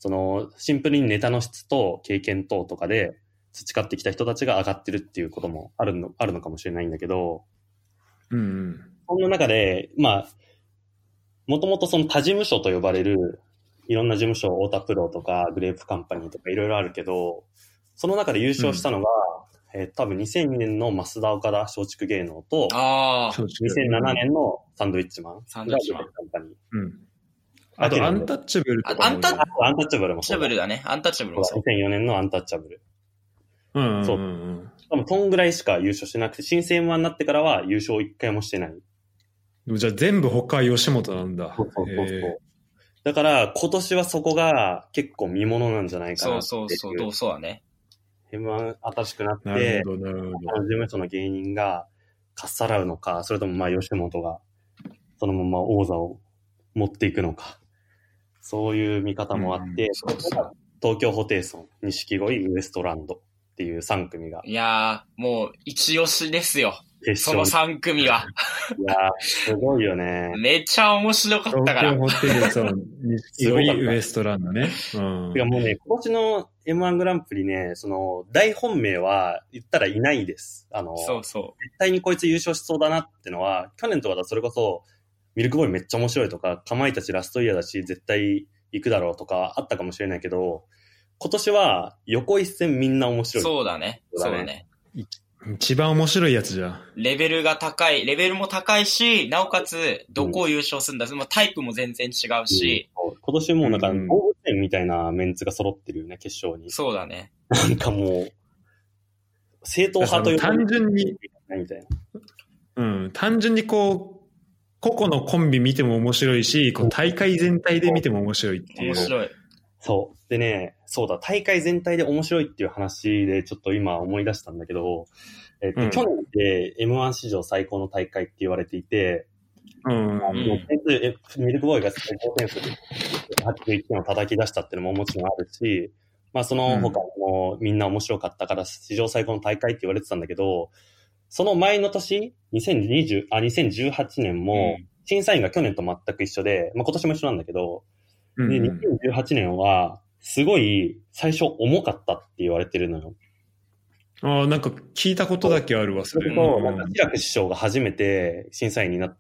その、シンプルにネタの質と経験等とかで培ってきた人たちが上がってるっていうこともあるの、あるのかもしれないんだけど、 うんうん。 そんな中で、まあ、もともとその他事務所と呼ばれる、いろんな事務所、太田プロとか、グレープカンパニーとかいろいろあるけど、その中で優勝したのが、うん、えー、多分にせんにねんの増田岡田松竹芸能と、 あにせんななねんのサンドウィッチマン。 サンドウィッチマン。 うん。あと、アンタッチャブルとか、 ね。アンタッチャブルもそうだ。アンタッチャブルだね。アンタッチャブルもそう。 にせんよねんのアンタッチャブル。 うんうんうん、 そう。多分、そんぐらいしか優勝してなくて、新生 エムワン になってからは優勝一回もしてない。 じゃあ全部他吉本なんだ。 そうそうそうそう。だから、今年はそこが結構見物なんじゃないかなって。 そうそうそう、そうだね。 エムワン 新しくなって、 なるほど、なるほど。 事務所の芸人がかっさらうのか、それともまあ吉本がそのまま王座を持っていくのか。そういう見方もあって、うん、そうそう、東京ホテイソン、錦鯉、ウエストランドっていうさん組が。 いやー、もう一押しですよ。そのさん組は。 いやー、すごいよね。 めっちゃ面白かったから。 東京ホテイソン、錦鯉、ウエストランドね。うん。 てかもうね、今年の エムワン グランプリね、その、大本命は言ったらいないです。あの、 そうそう。 絶対にこいつ優勝しそうだなってのは、去年とかだとそれこそ、ミルクボーイめっちゃ面白いとか、かまいたちラストイヤーだし、絶対行くだろうとかあったかもしれないけど、今年は横一線みんな面白い。 そうだね。そうだね。 一番面白いやつじゃん。 レベルが高い、レベルも高いし、なおかつ、どこを優勝するんだ、うん、タイプも全然違うし。 うん、今年もうなんか、動物園みたいなメンツが揃ってるよね、決勝に。 そうだね。 なんかもう、正統派という単純に、 みたいな。 うん、単純にこう、個々のコンビ見ても面白いし、こう大会全体で見ても面白いっていう。 面白い。 そう。でね、そうだ、大会全体で面白いっていう話でちょっと今思い出したんだけど、えっと、うん、去年で エムワン 史上最高の大会って言われていて、 うん。うん、 ミルクボーイが最高点数ではちじゅういってんを叩き出したっていうのももちろんあるし、まあその他もみんな面白かったから史上最高の大会って言われてたんだけど、その前の年、にせんにじゅう、あ、にせんじゅうはちねんも、審査員が去年と全く一緒で、まあ今年も一緒なんだけど、で、にせんじゅうはちねんは、すごい、最初重かったって言われてるのよ。 ああ、なんか聞いたことだけあるわ、 それと、なんか、志らく師匠が初めて審査員になって、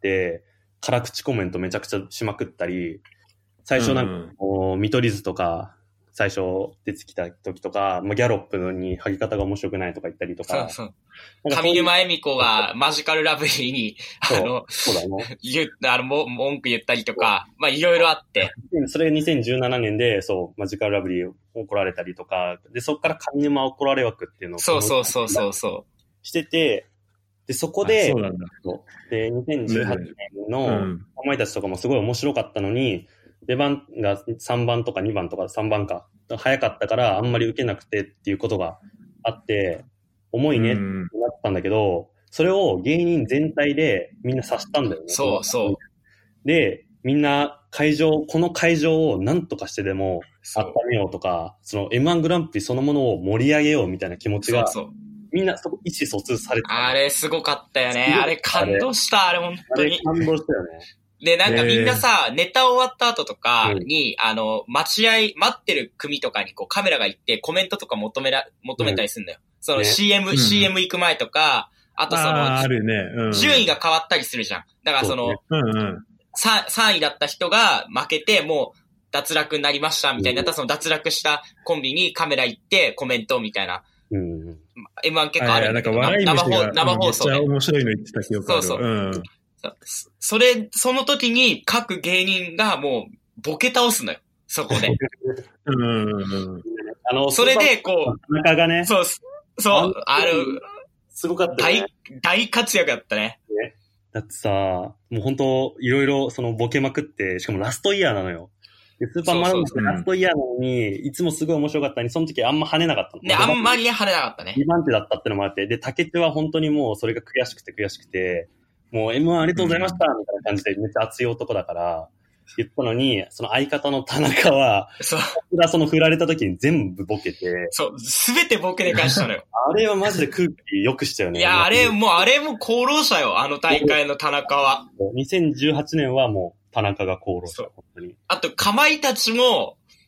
辛口コメントめちゃくちゃしまくったり、最初なんか、こう、見取り図とか、最初出てきた時とか、まあ、ギャロップに剥ぎ方が面白くないとか言ったりとか。 そうそう。上沼恵美子がマジカルラブリーに、あの、 そうだね。 言う、あの、も文句言ったりとか、まあ、いろいろあって。 それがにせんじゅうななねんで、そう、マジカルラブリー怒られたりとか、で、そこから上沼怒られ枠っていうのを。 そうそうそうそうそう。 してて、で、そこで、 そうなんだ。 で、にせんじゅうはちねんの、かまいたちとかもすごい面白かったのに、出番がさんばんとかにばんとかさんばんか、早かったからあんまり受けなくてっていうことがあって、重いねってなったんだけど、それを芸人全体でみんな察したんだよね。 そうそう。 で、みんな会場、この会場を何とかしてでも温めようとか、その エムワン グランプリそのものを盛り上げようみたいな気持ちが、そうそうみんなそこ意思疎通されてた。 あれすごかったよね。あれ感動した、あれ本当に。 あれ感動したよね。 で、なんかみんなさ、ネタ終わった後とかに、うん、あの、待合、待ってる組とかにこうカメラが行ってコメントとか求めら、求めたりするんだよ。うん、その シーエム、ね、シーエム 行く前とか、あとその、 あるね、うん、 順位が変わったりするじゃん。だからその、 そ、ねうんうん、 さんいだった人が負けて、もう脱落になりましたみたいになったら、その脱落したコンビにカメラ行ってコメントみたいな。 うん、 エムワン 結構あるんだけど、 生放生放送で。 めっちゃ面白いの言ってた記憶ある。 そうそう。 うんそれ、その時に各芸人がもうボケ倒すのよ。そこで。 うん。 あの、 それでこう、 中がね。 そう、そう、ある、 すごかったね。 大、大活躍だったね。 ねだってさ、もう本当いろいろそのボケまくって、しかもラストイヤーなのよ。でスーパーマラドーナってラストイヤーなのに、いつもすごい面白かったのに、その時あんま跳ねなかったの。 ね、あんまり跳ねなかったね。 にばん手だったってのもあって、で、竹手は本当にもうそれが悔しくて悔しくて、もう エムワン ありがとうございました、みたいな感じでめっちゃ熱い男だから、言ったのに、その相方の田中は、 そう。 その振られた時に全部ボケて。 そう、すべてボケで返したのよ。 あれはマジで空気良くしたよね。 いや、あれ、もうあれも功労者よ、あの大会の田中は。 にせんじゅうはちねんはもう田中が功労者、本当に。 あと、かまいたちも、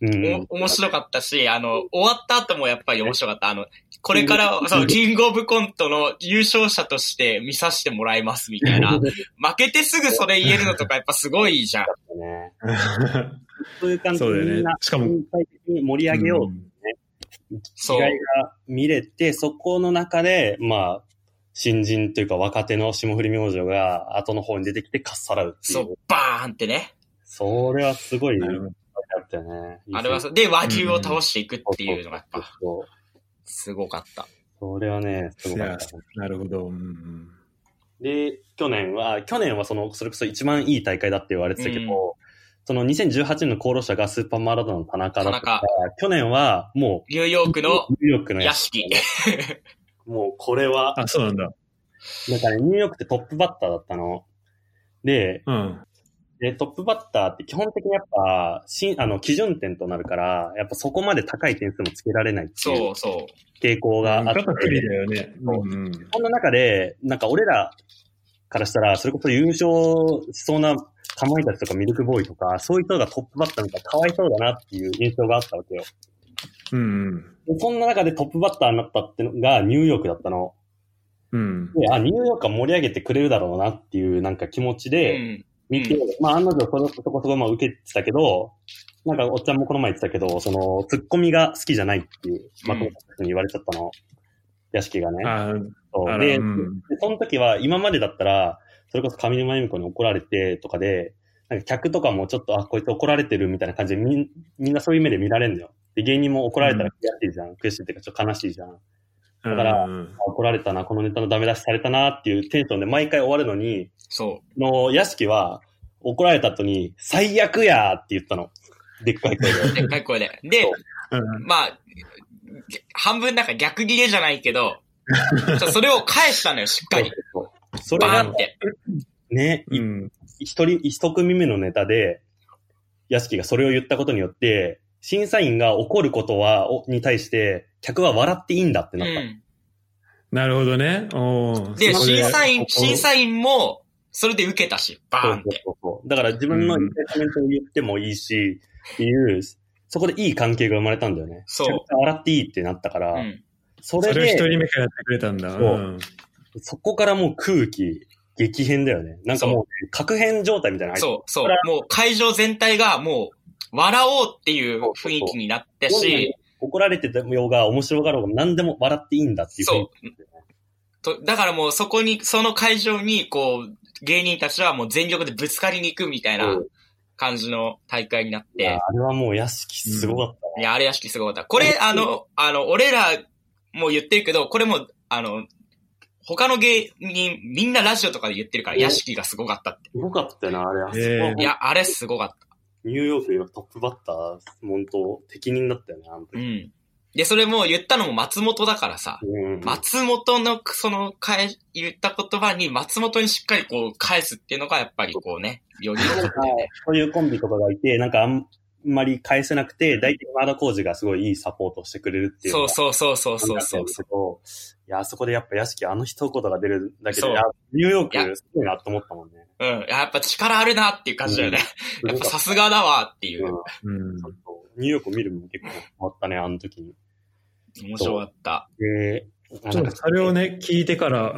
うん、 面白かったし、あの、終わった後もやっぱり面白かった。あの、これから、その、キングオブコントの優勝者として見させてもらいますみたいな。負けてすぐそれ言えるのとかやっぱすごいじゃん。 そういう感じでみんな、しかも、盛り上げようってね。 そう。 違いが見れて、そこの中で、まあ、新人というか若手の霜降り明星が後の方に出てきてかっさらうっていう。 そう、バーンってね。 それはすごい、だったよね。 あれはそう。で、和牛を倒していくっていうのがやっぱ、すごかった。 それはね、すごかった。 なるほど。うんうん、 で、去年は、去年はその、それこそ一番いい大会だって言われてたけど、うん、そのにせんじゅうはちねんの功労者がスーパーマラドーナの田中だったから、去年はもう、 ニューヨークの、 ニューヨークの屋敷。 もうこれは、 あ、そうなんだ。 なんかね、ニューヨークってトップバッターだったの。で、 うん。 で、トップバッターって基本的にやっぱ、しあの、基準点となるから、やっぱそこまで高い点数もつけられないっていう。そうそう。傾向があって。 ちょっと不利だよね。 うんうん。そんな中で、なんか俺らからしたら、それこそ優勝しそうなかまいたちとかミルクボーイとか、そういう人がトップバッターみたいなかわいそうだなっていう印象があったわけよ。 うんうん。 そんな中でトップバッターになったってのがニューヨークだったの。 うん。 で、あ、ニューヨークは盛り上げてくれるだろうなっていうなんか気持ちで見て、うん、まあ案の定そのそこそこまあ受けてたけど、なんかおっちゃんもこの前言ってたけど、そのツッコミが好きじゃないっていう、まあこの人に言われちゃったの。屋敷がね。 あそうで、うん、で、その時は今までだったら、それこそ上沼恵美子に怒られてとかで、なんか客とかもちょっと、あ、こいつ怒られてるみたいな感じでみん、みんなそういう目で見られるのよ。で、芸人も怒られたら悔しいじゃん。うん、悔しいっていうかちょっと悲しいじゃん。だから、うん、怒られたな、このネタのダメ出しされたなっていうテンションで毎回終わるのに、 そう。 の、屋敷は怒られた後に、最悪やーって言ったの。でっかい声で。 でっかい声で。で、うん、まあ、半分なんか逆ギレじゃないけど、それを返したのよ、しっかり。 そうそうそうそれが、ね、うん、一人、一組目のネタで、屋敷がそれを言ったことによって、審査員が怒ることは、に対して、客は笑っていいんだってなった。うん、 なるほどね。おで、審査員、審査員も、それで受けたし、バーンって。そうそうそうだから自分の言ったコメントを言ってもいいし、っていう、そこでいい関係が生まれたんだよね。 そう。 笑っていいってなったから、うん、 それで。それを一人目からやってくれたんだ。 そう。うん、そこからもう空気、激変だよね。なんかもう、確変状態みたいな。 そう、そう。もう会場全体がもう、笑おうっていう雰囲気になってし。そうそう怒られてたようが、面白がろうが、何でも笑っていいんだっていう雰囲気、ね。 そう。と、だからもうそこに、その会場に、こう、芸人たちはもう全力でぶつかりに行くみたいな感じの大会になって。 あれはもう屋敷すごかった、ねうん。いや、あれ屋敷すごかった。これ、あの、あの、俺らも言ってるけど、これも、あの、他の芸人、みんなラジオとかで言ってるから、屋敷がすごかったって。 すごかったよな、あれ。あそこいや、あれすごかった。 ニューヨークのトップバッター、本当適任だったよね、あの時。 うん。で、それも言ったのも松本だからさ、うん、松本のその返、言った言葉に松本にしっかりこう返すっていうのがやっぱりこうね、より良かったよね。 そういうコンビとかがいて、なんかあんまり返せなくて、大体今田耕司がすごいいいサポートをしてくれるっていう。 そうそうそうそうそうそうそう。いや、あそこでやっぱ屋敷あの一言が出るだけで、ニューヨークすごいなと思ったもんね。 うん。やっぱ力あるなっていう感じだよね。うん、やっぱさすがだわっていう。 うん。うん、ニューヨーク見るのも結構変わったね、あの時に。 面白かった。 で、 ちょっとそれをね、聞いてから、うん、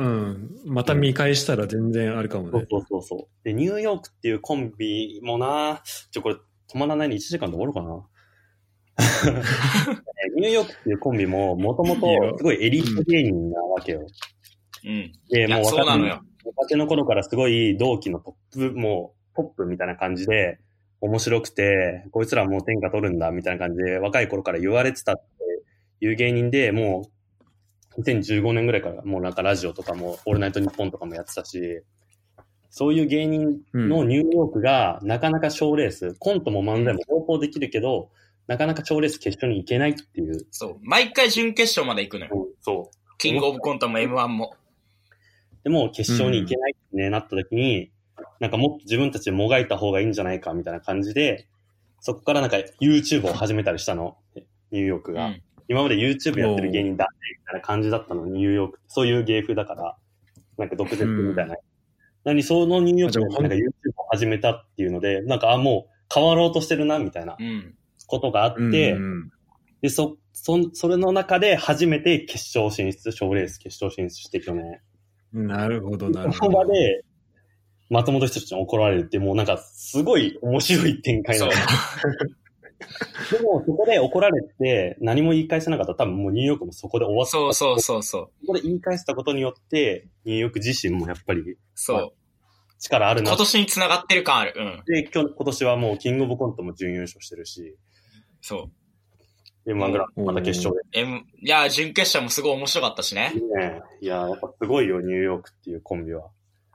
また見返したら全然あるかもね。 そうそうそうそう。で、ニューヨークっていうコンビもな、ちょ、これ止まらないにいちじかんで終わるかなニューヨークっていうコンビも、もともとすごいエリート芸人なわけよ。 うん。 で、もうそうなのよ。 若手の頃からすごい同期のトップ、もうトップみたいな感じで、面白くて、こいつらもう天下取るんだみたいな感じで、若い頃から言われてたっていう芸人で、もう、にせんじゅうごねんぐらいからもうなんかラジオとかも、オールナイトニッポンとかもやってたし、そういう芸人のニューヨークがなかなか賞レース、コントも漫才も両方できるけど、なかなか賞レース決勝に行けないっていう。 そう。毎回準決勝まで行くのよ。 うん、そう。 キングオブコントも エムワン も。 でも決勝に行けないってね、うん、なった時に、なんかもっと自分たちでもがいた方がいいんじゃないかみたいな感じで、そこからなんか YouTube を始めたりしたの、ニューヨークが。うん、今まで YouTube やってる芸人だってみたいな感じだったの、ニューヨーク。そういう芸風だから、なんか毒舌みたいな。うん、何、そのニューヨークがなんか YouTube を始めたっていうので、なんか、あ、もう変わろうとしてるな、みたいな。 うん。 ことがあって、 うんうん、 で、そ、そ、それの中で初めて決勝進出、賞レース決勝進出して去年。 なるほど、なるほど。 その場で、松本人志に怒られるって、もうなんか、すごい面白い展開なの。でも、そこで怒られて、何も言い返せなかったら、多分もうニューヨークもそこで終わった。 そうそうそうそう。 そこで言い返したことによって、ニューヨーク自身もやっぱり、 そう。まあ、 力あるな。 今年に繋がってる感ある。うん。 で、今日、今年はもうキングオブコントも準優勝してるし。 そう。 エムワングランプリまた決勝で。 M、いや、準決勝もすごい面白かったしね。 いいね。いや、やっぱすごいよ、ニューヨークっていうコンビは。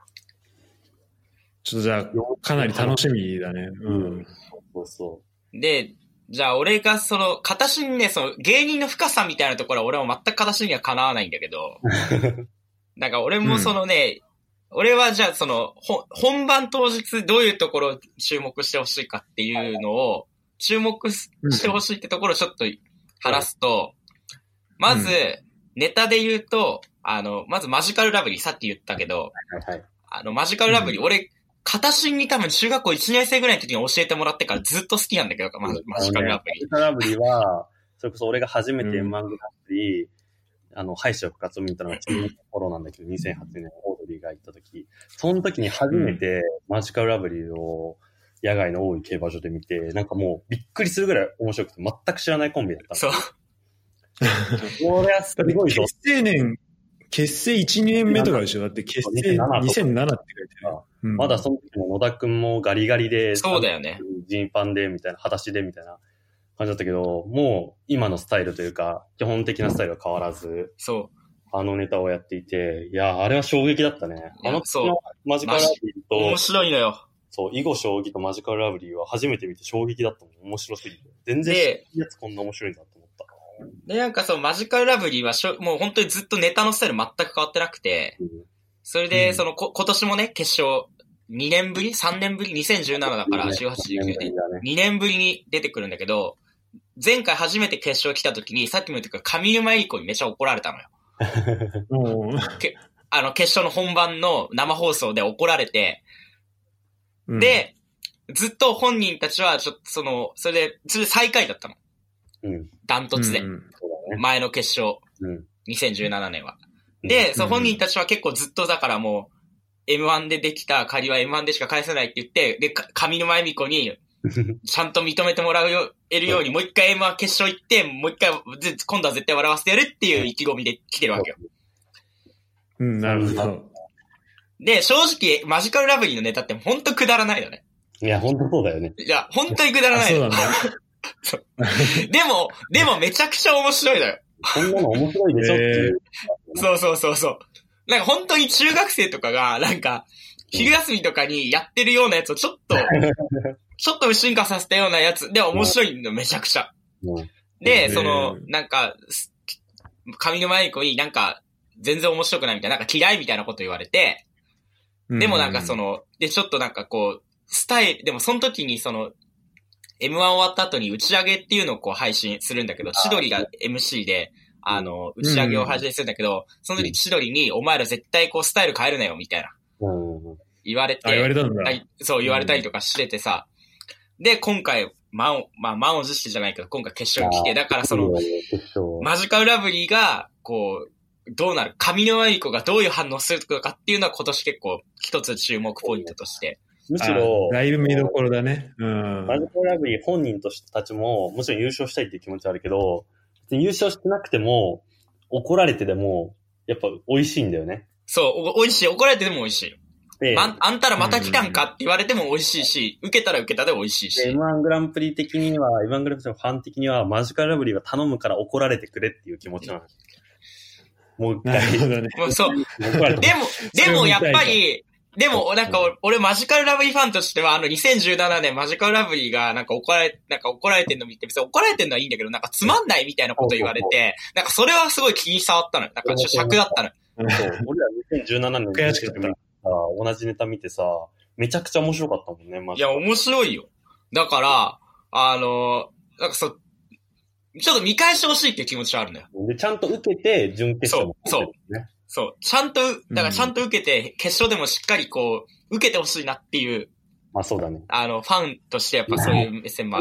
ちょっとじゃあ、かなり楽しみだね。うん。 そうそう。 で、じゃあ俺がその、形にね、その芸人の深さみたいなところは俺は全く形にはかなわないんだけど、なんか俺もそのね、うん、俺はじゃあその、本番当日どういうところを注目してほしいかっていうのを、注目してほしいってところをちょっと話すと、うん、まず、ネタで言うと、あの、まずマジカルラブリー、さっき言ったけど、 はいはい、 あの、マジカルラブリー、うん、俺、片新に多分中学校いちねん生ぐらいの時に教えてもらってからずっと好きなんだけど、マジ、マジカルラブリー。マジカルラブリーは、それこそ俺が初めて エムワン グランプリ、うん、あの、敗者復活を見たのがちょうど頃なんだけど、にせんはちねんオードリーが行った時、その時に初めてマジカルラブリーを野外の多い競馬場で見て、なんかもうびっくりするぐらい面白くて全く知らないコンビだった。 そう。 これはすごいぞ。 結成年、結成いち、にねんめとかでしょ。だって結成にせんななって書いてある。 うん、まだその時も野田くんもガリガリで、 そうだよね。 ジーパンでみたいな、裸足でみたいな感じだったけど、もう今のスタイルというか、基本的なスタイルは変わらず、 そう。 あのネタをやっていて、いや、あれは衝撃だったね。あのそうマジカルラブリーと、 面白いのよ。 そう、囲碁将棋とマジカルラブリーは初めて見て衝撃だったもん。面白すぎて。全然いいやつこんな面白いんだと思った。 で、なんかそう、マジカルラブリーはしょ、もう本当にずっとネタのスタイル全く変わってなくて、うん、それで、その、こ、今年もね、決勝、にねんぶり ?さん 年ぶり ?にせんじゅうななだから、じゅうはち、じゅうきゅうねん。にねんぶりに出てくるんだけど、前回初めて決勝来た時に、さっきも言ったけど、上沼恵里子にめちゃ怒られたのよ。けあの、決勝の本番の生放送で怒られて、うん、で、ずっと本人たちは、ちょっとその、それで、それで最下位だったの。 うん。 ダントツで。うん、前の決勝。うん。にせんじゅうななねんは。で、うん、その本人たちは結構ずっとだからもう、エムワン でできた借りは エムワン でしか返せないって言って、で、上沼恵美子に、ちゃんと認めてもらうよ、えるように、もう一回 エムワン 決勝行って、もう一回、今度は絶対笑わせてやるっていう意気込みで来てるわけよ。 うん、なるほど。 で、正直、マジカルラブリーのネタってほんとくだらないよね。 いや、ほんとそうだよね。 いや、ほんとにくだらないよ。そうなんだ。でも、でもめちゃくちゃ面白いのよ。 こんなの面白いでしょっていう。 そうそうそうそう。なんか本当に中学生とかが、なんか、昼休みとかにやってるようなやつをちょっと、ちょっと進化させたようなやつで面白いの、めちゃくちゃ。で、その、なんか、上沼恵美子になんか、全然面白くないみたいな、なんか嫌いみたいなこと言われて、でもなんかその、で、ちょっとなんかこう、スタイル、でもその時にその、エムワン 終わった後に打ち上げっていうのをこう配信するんだけど、千鳥が エムシー で、あの、打ち上げを配信するんだけど、その時千鳥に、お前ら絶対こうスタイル変えるなよ、みたいな。言われて、 あ、言われたんだ。 そう言われたりとかしててさ、で、今回、満を、まあ、満を持してじゃないけど、今回決勝に来て、だからその、マジカルラブリーが、こう、どうなる、上沼恵美子がどういう反応するのかっていうのは今年結構一つ注目ポイントとして。 むしろ、 だいぶ見どころだね。うん。 マジカルラブリー本人たちも、もちろん優勝したいっていう気持ちはあるけど、優勝してなくても、怒られてでも、やっぱ美味しいんだよね。 そう、美味しい。怒られてでも美味しい。あ, あんたらまた来たんかって言われても美味しいし、受けたら受けたで美味しいし。 エムワン グランプリ的には、エムワン グランプリのファン的には、マジカルラブリーは頼むから怒られてくれっていう気持ちなの。もう一回。 なるほどね。 もうそう。でも、でもやっぱり、でも、なんか俺、マジカルラブリーファンとしては、あのにせんじゅうななねんマジカルラブリーがなんか怒られ、なんか怒られてんの見て、別に怒られてんのはいいんだけど、なんかつまんないみたいなこと言われて、なんかそれはすごい気に障ったのよ。なんかちょっと尺だったの。 そう。俺らにせんじゅうななねんの悔しかった。 同じネタ見てさ、めちゃくちゃ面白かったもんね、マジで。いや、面白いよ。だから、あの、なんかそ、ちょっと見返してほしいっていう気持ちはあるのよ。 で、ちゃんと受けて、準決勝も、 ね。そう、そう。そう。ちゃんと、だからちゃんと受けて、決勝でもしっかりこう、受けてほしいなっていう。 まあそうだね。 あの、ファンとしてやっぱそういう目線もある。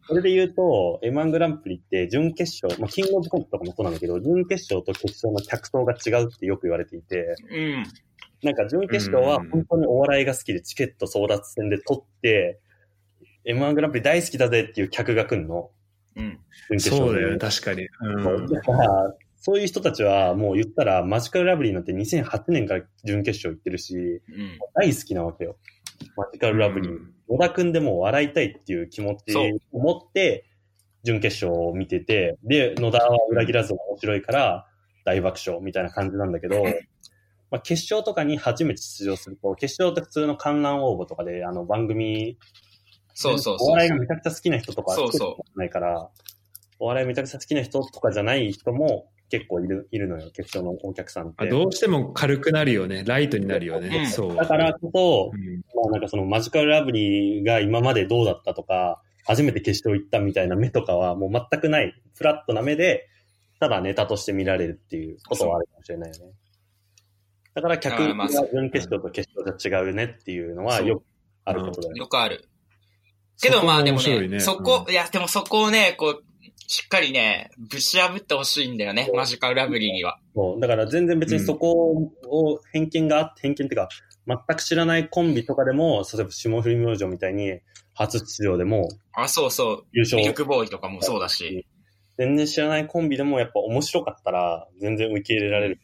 それで言うと、エムワン グランプリって準決勝、まあ、キングオブコントとかもそうなんだけど、準決勝と決勝の客層が違うってよく言われていて、 うん。 なんか準決勝は本当にお笑いが好きでチケット争奪戦で取って、エムワン グランプリ大好きだぜっていう客が来るの。 うん。 準決勝そうだよね、確かに。うん。 だからそういう人たちはもう言ったらマジカルラブリーなんてにせんはちねんから準決勝行ってるし、うん、大好きなわけよ。マジカルラブリー。うん、野田くんでも笑いたいっていう気持ちを持って準決勝を見てて、で、野田は裏切らず面白いから大爆笑みたいな感じなんだけど、まあ、決勝とかに初めて出場すると、決勝って普通の観覧応募とかであの番組、 そうそうそう。 お笑いがめちゃくちゃ好きな人とかそうそうないから、お笑いめちゃくちゃ好きな人とかじゃない人も結構いる、いるのよ、決勝のお客さんって。 どうしても軽くなるよね。ライトになるよね。うん、そう。 だからこそ、うん、まあなんかそのマジカルラブリーが今までどうだったとか、初めて決勝行ったみたいな目とかはもう全くない、フラットな目で、ただネタとして見られるっていうことはあるかもしれないよね。だから客が準決勝と決勝じゃ違うねっていうのはよくあることだよね。 よくある。けどまあでもね、ねそこ、うん、いやでもそこをね、こう、しっかりね、ぶち破ってほしいんだよね、マジカルラブリーには。 そう。だから全然別にそこを偏見があって、偏見っていうか、全く知らないコンビとかでも、例えば霜降り明星みたいに初出場でも、 あ、そうそう。優勝。ミルクボーイとかもそうだし。 全然知らないコンビでもやっぱ面白かったら、全然受け入れられる。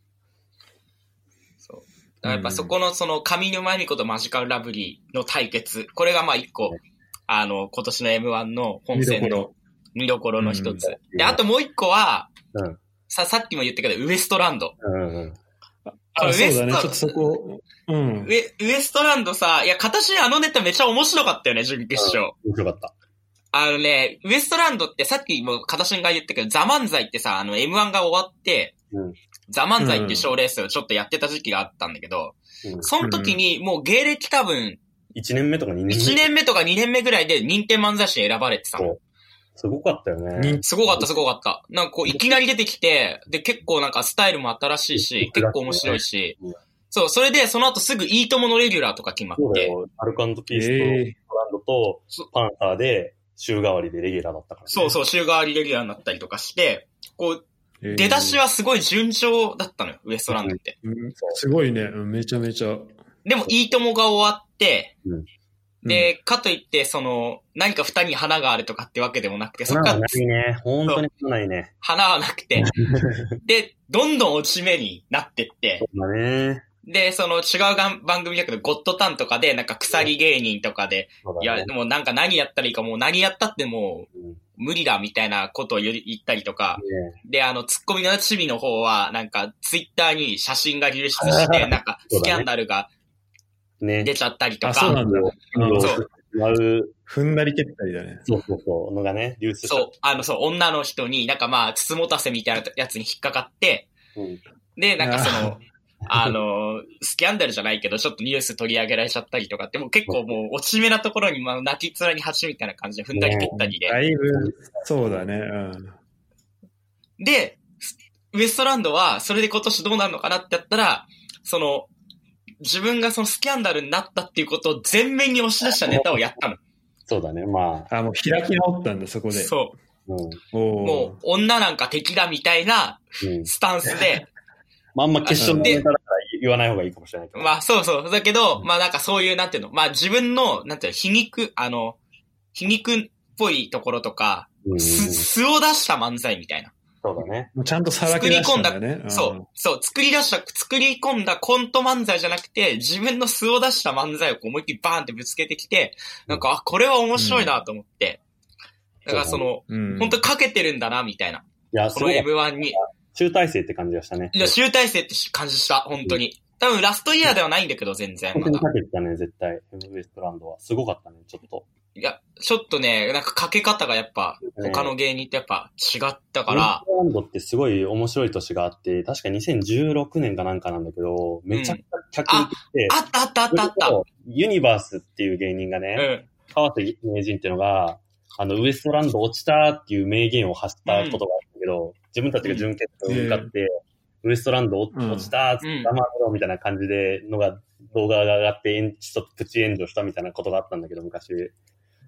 そう。だからやっぱそこのその上沼恵美子とマジカルラブリーの対決、これがまあ一個、はい、あの、今年の エムワン の本戦の見どころの一つ。うん、で、あともう一個は、うん、さ、さっきも言ったけど、ウエストランド。 うんうん、あ、そうだね、ちょっとそこ、うん。 ウエ、ウエストランドさ、いや、形あのネタめっちゃ面白かったよね、準決勝。 面白かった。 あのね、ウエストランドってさっきも形が言ったけど、ザ・漫才ってさ、あの エムワン が終わって、うん、ザ・漫才っていう賞レースをちょっとやってた時期があったんだけど、うん、その時にもう芸歴多分、 いちねんめとかにねんめ。 いちねんめとかにねんめぐらいで認定漫才師に選ばれてたの。 すごかったよね。 すごかった、すごかった。なんかこう、いきなり出てきて、で、結構なんかスタイルも新しいし、結構面白いし、うん、そう、それでその後すぐいいとものレギュラーとか決まって。 アルカンドピースと、ランドと、パンサーで、週替わりでレギュラーだったから、ね。 そうそう、週替わりレギュラーになったりとかして、こう、出だしはすごい順調だったのよ、ウエストランドって。 うん、すごいね、めちゃめちゃ。 でも、いいともが終わって、うんで、かといって、その、何か二人に花があるとかってわけでもなくて、 そっから。花はないね。本当にないね。 花はなくて。で、どんどん落ち目になってって。 そうだね。 で、その違う番組だけど、ゴッドタンとかで、なんか鎖芸人とかで、ね、いや、でもなんか何やったらいいか、もう何やったってもう、無理だみたいなことを言ったりとか。ね、で、あの、ツッコミのチビの方は、なんか、ツイッターに写真が流出して、なんか、スキャンダルが、ね、出ちゃったりとか。あ、 そうなんだ。 そう。 踏んだり蹴ったりだね。 そうそうそう。のがね、流出した。 そう。あの、そう、女の人になんかまあ、つつもたせみたいなやつに引っかかって、うん、で、なんかその、あの、スキャンダルじゃないけど、ちょっとニュース取り上げられちゃったりとかって、もう結構もう、落ち目なところに、まあ、泣き面に蜂みたいな感じで踏んだり蹴ったりで。 だいぶ、そうだね。うん。 で、ウエストランドは、それで今年どうなるのかなってやったら、その、自分がそのスキャンダルになったっていうことを全面に押し出したネタをやったの。 そうだね、まあ。あ、もう開き直ったんだ、そこで。 そう。うん、もう、女なんか敵だみたいなスタンスで。うん、 まあ、あんま決勝のネタだから言わない方がいいかもしれないけど。 まあ、そうそう。だけど、まあなんかそういう、なんていうの、まあ自分の、なんていうの、皮肉、あの、皮肉っぽいところとか、うん、す素を出した漫才みたいな。 そうだね。 ちゃんとさらけ出したんだね。 作り込んだ、そう、そう、作り出した、作り込んだコント漫才じゃなくて、自分の素を出した漫才をこう思いっきりバーンってぶつけてきて、なんか、あ、これは面白いなと思って。うん、だからその、うん、本当にかけてるんだな、みたいな。いや、この エムワン に。 集大成って感じがしたね。 いや、集大成って感じした、本当に。うん、多分ラストイヤーではないんだけど、全然。 本当にかけてたね、絶対。ウエストランドは。すごかったね、ちょっと。 いや、ちょっとね、なんかかけ方がやっぱ、他の芸人ってやっぱ違ったから。 ウエストランドってすごい面白い年があって、確かにせんじゅうろくねんかなんかなんだけど、めちゃくちゃ客受けて、 うん、あ, あったあったあったあった。 ユニバースっていう芸人がね、うん、川瀬名人っていうのが、あの、ウエストランド落ちたっていう名言を発したことがあるんだけど、うん、自分たちが準決勝に向かって、うんウエストランド落ちたーつって黙ろうみたいな感じでのが動画が上がってちょっとプチ炎上したみたいなことがあったんだけど昔。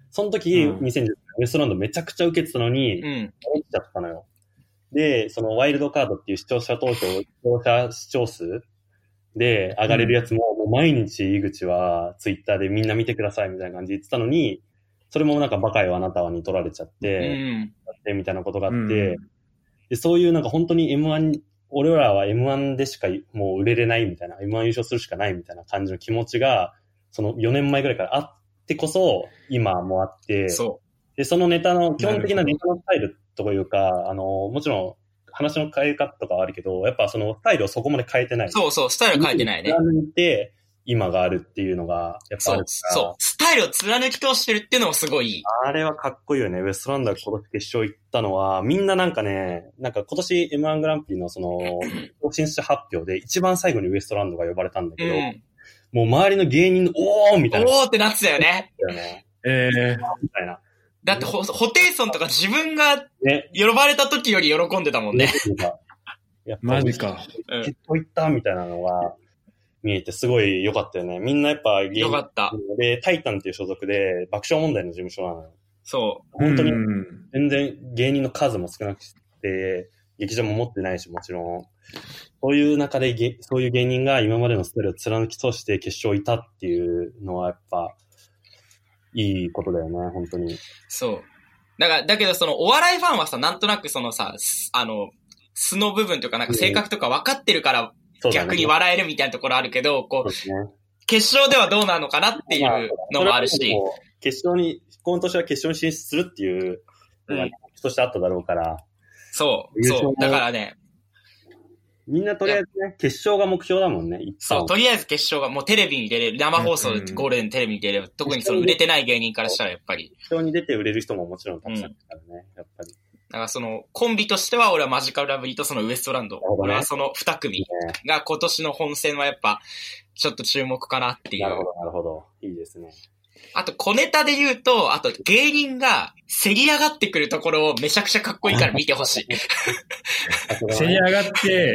その時、うん、にせんじゅうウエストランドめちゃくちゃ受けてたのに、うん、落ちちゃったのよ。で、そのワイルドカードっていう視聴者投票、視聴者視聴数で上がれるやつも、うん、もう毎日井口はツイッターでみんな見てくださいみたいな感じで言ってたのに、それもなんかバカよあなたはに取られちゃって、うん、ってみたいなことがあって、うん、で、そういうなんか本当に エムワン、俺らは エムワン でしかもう売れれないみたいな、エムワン 優勝するしかないみたいな感じの気持ちが、そのよねんまえぐらいからあってこそ、今もあって、 そう。 で、そのネタの、基本的なネタのスタイルというか、あの、もちろん話の変え方とかはあるけど、やっぱそのスタイルをそこまで変えてない。 そうそう、スタイル変えてないね。 貫いて、今があるっていうのが、やっぱあるから。 そう、そう。スタイルを貫き通してるっていうのもすごいいい。 あれはかっこいいよね。ウエストランダーが今年決勝行ったのは、みんななんかね、なんか今年 エムワン グランプリのその、進出発表で一番最後にウエストランドが呼ばれたんだけど、うん、もう周りの芸人の、おーみたいな。 おーってなってたよね。 えー。 みたいな。 だってホ、ホテイソンとか自分が呼ばれた時より喜んでたもんね。ねやっぱマジか。 決勝行ったみたいなのが見えてすごい良かったよね。みんなやっぱ芸人。良かった。 で、タイタンっていう所属で爆笑問題の事務所なのよ。 そう。 本当に全然芸人の数も少なくて、劇場も持ってないし、もちろん。そういう中でげ、そういう芸人が今までのスタイルを貫き通して決勝いたっていうのはやっぱ、いいことだよね、本当に。 そう。だから、だけどそのお笑いファンはさ、なんとなくそのさ、あの、素の部分とかなんか性格とか分かってるから逆に笑えるみたいなところあるけど、こう、決勝ではどうなのかなっていうのもあるし。 決勝に、今年は決勝に進出するっていうのがとしてあっただろうから。 そう、そう。だからね。 みんなとりあえずね、決勝が目標だもんね。 そう、とりあえず決勝がもうテレビに出れる、生放送でゴールデンテレビに出れる、特にその売れてない芸人からしたらやっぱり。 決勝に出て売れる人ももちろんたくさんいるからね、やっぱり。 だからそのコンビとしては俺はマジカルラブリーとそのウエストランド。俺はその二組が今年の本戦はやっぱちょっと注目かなっていう。 なるほど、なるほど。いいですね。 あと小ネタで言うと、あと芸人が競り上がってくるところをめちゃくちゃかっこいいから見てほしい。 競り上がって、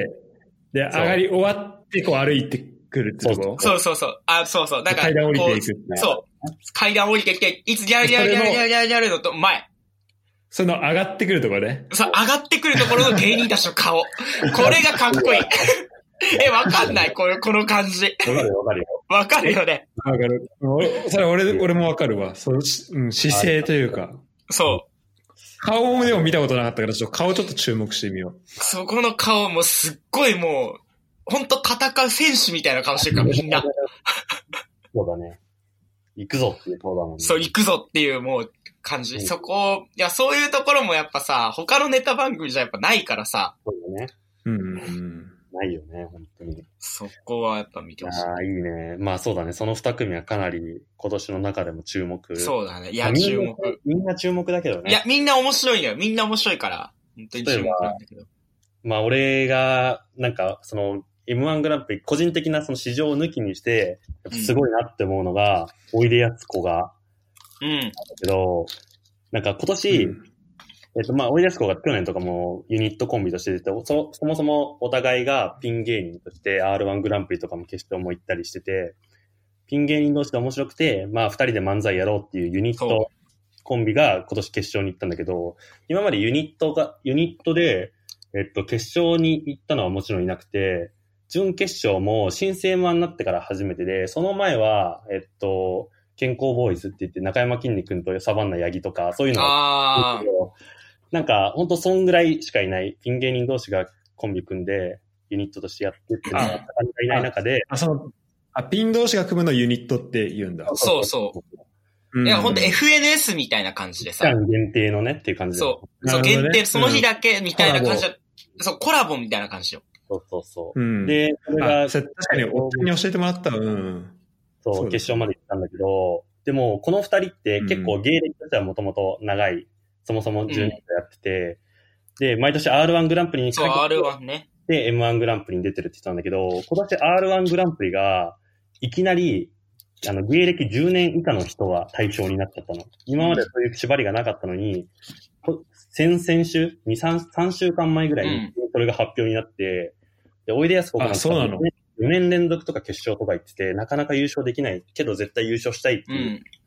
で、上がり終わってこう歩いてくるってとこそうそうそう。あ、そうそう。なんか階段降りていくって。 そう。階段降りてきて、いつやるやるやるやるやるやるのと前。 その上がってくるところね。 そう、上がってくるところの芸人たちの顔。これがかっこいい。え、わかんないこの、この感じ。わかるよ、わかるよ。 わかるよね。 わかる。それ俺、俺もわかるわ。そう、うん、姿勢というか。 そう。 顔でも見たことなかったから、ちょっと顔ちょっと注目してみよう。 そこの顔もすっごいもう、ほんと戦う選手みたいな顔してるから、みんな。 そうだね。行くぞっていう顔だもんね。 そう、行くぞっていうもう感じ。うん、そこ、いや、そういうところもやっぱさ、他のネタ番組じゃやっぱないからさ。 そうだね。 うん、うん。 ないよね、本当に。 そこはやっぱ見てほしい。 ああ、いいね。まあそうだね。その二組はかなり今年の中でも注目。 そうだね。いや、注目。 みんな注目だけどね。 いや、みんな面白いよ。みんな面白いから。本当に注目なんだけど。 まあ俺が、なんか、その、エムワン グランプリ、個人的なその市場を抜きにして、すごいなって思うのが、うん、おいでやすこが。 うん。 だけど、なんか今年、うん、えっと、まあ、おいでやすこが去年とかもユニットコンビとして出て、そ、そもそもお互いがピン芸人として アールワン グランプリとかも決勝も行ったりしてて、ピン芸人同士で面白くて、まあ、二人で漫才やろうっていうユニットコンビが今年決勝に行ったんだけど、今までユニットが、ユニットで、えっと、決勝に行ったのはもちろんいなくて、準決勝も新生マンになってから初めてで、その前は、えっと、健康ボーイズって言って中山きんに君とサバンナヤギとか、そういうのが、なんか、ほんとそんぐらいしかいない、ピン芸人同士がコンビ組んで、ユニットとしてやってっていうのがなかなかいない中で。 あ、その、あ、ピン同士が組むのユニットって言うんだ。 そうそう。うん、いや、ほんと エフエヌエス みたいな感じでさ。 限定のねっていう感じで。 そう。そう、限定、その日だけみたいな感じで、そう、コラボみたいな感じよ。 そうそうそう。 うん、で、それが、確かに夫に教えてもらった。うん。 そう、そう決勝まで行ったんだけど、でも、この二人って結構芸歴としてはもともと長い、そもそもじゅうねんやってて、うん、で、毎年 アールワン グランプリにそう、アールワン ね。 で、エムワン グランプリに出てるって言ったんだけど、今年 アールワン グランプリが、いきなり、あの、芸歴じゅうねん以下の人は対象になっちゃったの。今までそういう縛りがなかったのに、先々週、に、さん、さんしゅうかんまえぐらいにそれが発表になって、で、おいでやすこがよねん連続とか決勝とか言ってて、なかなか優勝できないけど絶対優勝したいっていう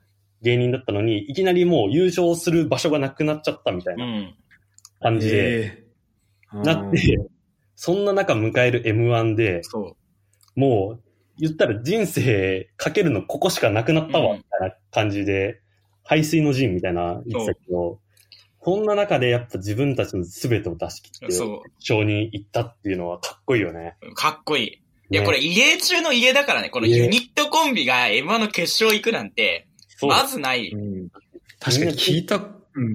芸人だったのに、いきなりもう優勝する場所がなくなっちゃったみたいな感じで、 えー、 なって、そんな中迎える エムワン で、 そうもう言ったら人生かけるのここしかなくなったわ、みたいな感じで、排水の陣みたいな言ってたけど、こんな中でやっぱ自分たちの全てを出し切って、決勝に行ったっていうのはかっこいいよね。 かっこいい。いや、これ異例中の異例だからね。このユニットコンビが エムワン の決勝行くなんて、まずない。 うん、確かに聞いた、うん、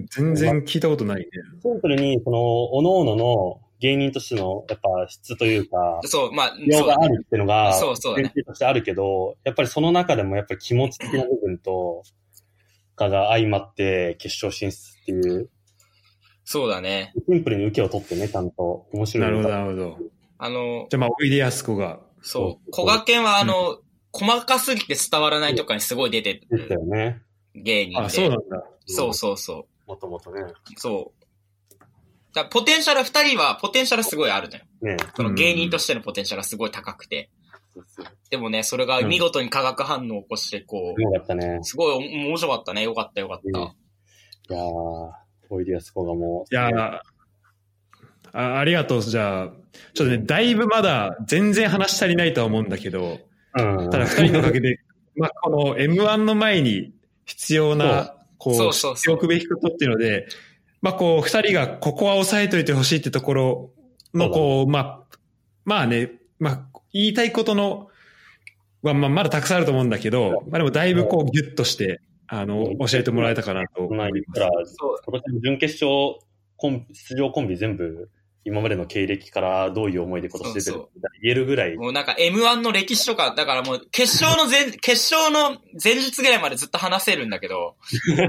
全然聞いたことないね。 シンプルに、その、おのおのの芸人としての、やっぱ質というか、 そう、まあ、 量があるっていうのが、 そうそう前提としてあるけど、やっぱりその中でもやっぱり気持ち的な部分と、かが相まって決勝進出っていう。 そうだね。 シンプルに受けを取ってね、ちゃんと面白い。 なるほど、なるほど。 あの、 じゃあまあ、おいでやすこが。 そう。こがけんはあの、うん、細かすぎて伝わらないとかにすごい出てる。 でしたよね。 芸人で。 あ、そうなんだ。 そうそうそう。 もともとね。 そう。だポテンシャル、二人はポテンシャルすごいあるのよ。 ね。 その芸人としてのポテンシャルがすごい高くて。うん、でもね、それが見事に化学反応を起こして、こう。 よかったね。 すごい面白かったね。よかったよかった。うん、 いやー、おいでやすこがもう。いやー、あ、ありがとう。じゃあ、ちょっとね、だいぶまだ全然話足りないとは思うんだけど、 うん、 ただ二人のおかげで、まあ、この エムワン の前に必要な、こう、 そうそうそうしておくべきことっていうので、まあ、こう、二人がここは押さえといてほしいってところの、こう、まあ、まあね、まあ、言いたいことの、まあ、まだたくさんあると思うんだけど、まあでもだいぶこう、ギュッとして、あの、教えてもらえたかなと思います。 今年の準決勝コン、出場コンビ全部、今までの経歴からどういう思いで今年出てるみたいな言えるぐらい。 もうなんか エムワン の歴史とか、だからもう決勝の前、決勝の前日ぐらいまでずっと話せるんだけど。 うん、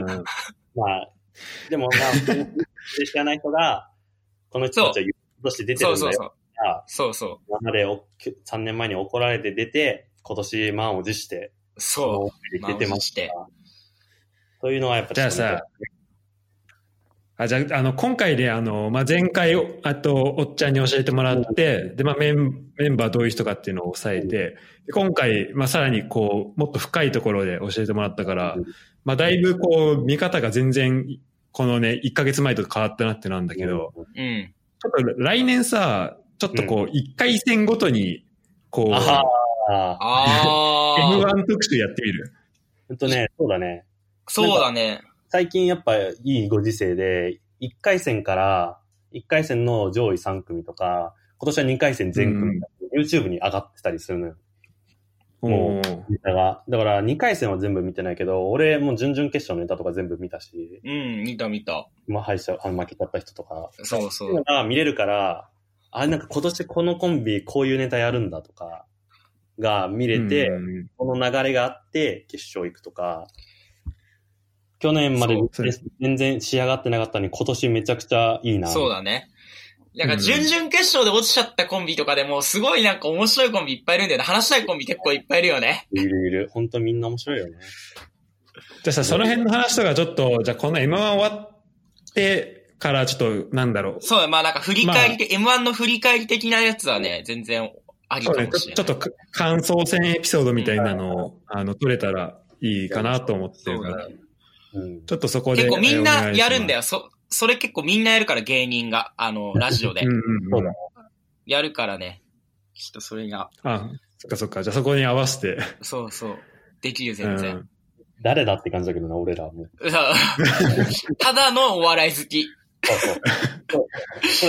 まあ、でもまあ、知らない人が、この人たちは優勝として出てるんだよ。 そうそうそう。そうそう。 今までさんねんまえに怒られて出て、今年満を持して、 そう。 出てました。そういうのはやっぱじゃあさ、あ、じゃあ、あの、今回で、あの、まあ、前回、あと、おっちゃんに教えてもらって、で、まあ、メン、メンバーどういう人かっていうのを抑えて、今回、まあ、さらに、こう、もっと深いところで教えてもらったから、まあ、だいぶ、こう、見方が全然、このね、いっかげつまえと変わったなってなんだけど、 うん。 ちょっと来年さ、ちょっとこう、いっかい戦ごとに、こう、 ああエムワン 特集やってみる。 ほんとね、そうだね。 そうだね。 最近やっぱいいご時世で、いっかい戦から、いっかい戦の上位さん組とか、今年はにかい戦全組、うん、YouTube に上がってたりするのよ。もう、ネタが。だからにかい戦は全部見てないけど、俺もう準々決勝のネタとか全部見たし。 うん、見た見た。 まあ、敗者、あの負けちゃった人とか。 そうそう。 そういうのが見れるから、あ、なんか今年このコンビこういうネタやるんだとか、が見れて、うん、この流れがあって決勝行くとか、去年まで全然仕上がってなかったのに今年めちゃくちゃいいな。 そうだね。なんか準々決勝で落ちちゃったコンビとかでもすごいなんか面白いコンビいっぱいいるんだよね。話したいコンビ結構いっぱいいるよね。 いるいる。ほんとみんな面白いよね。 じゃあさ、その辺の話とかちょっと、じゃあこの エムワン 終わってからちょっとなんだろう。 そう、まあなんか振り返りで、まあ、エムワン の振り返り的なやつはね、全然ありかもしれない。 そうね、ちょっと感想戦エピソードみたいなのを、うん、あの、取れたらいいかなと思ってるから。うん、ちょっとそこで。 結構みんなやるんだよ。そ、それ結構みんなやるから芸人が、あの、ラジオで。 うんうんうん、 やるからね。ちょっとそれが。 あ、そっかそっか。じゃあそこに合わせて。 そうそう。できるよ、全然。うん、 誰だって感じだけどな、俺らはもう。 ただのお笑い好き。 そうそう。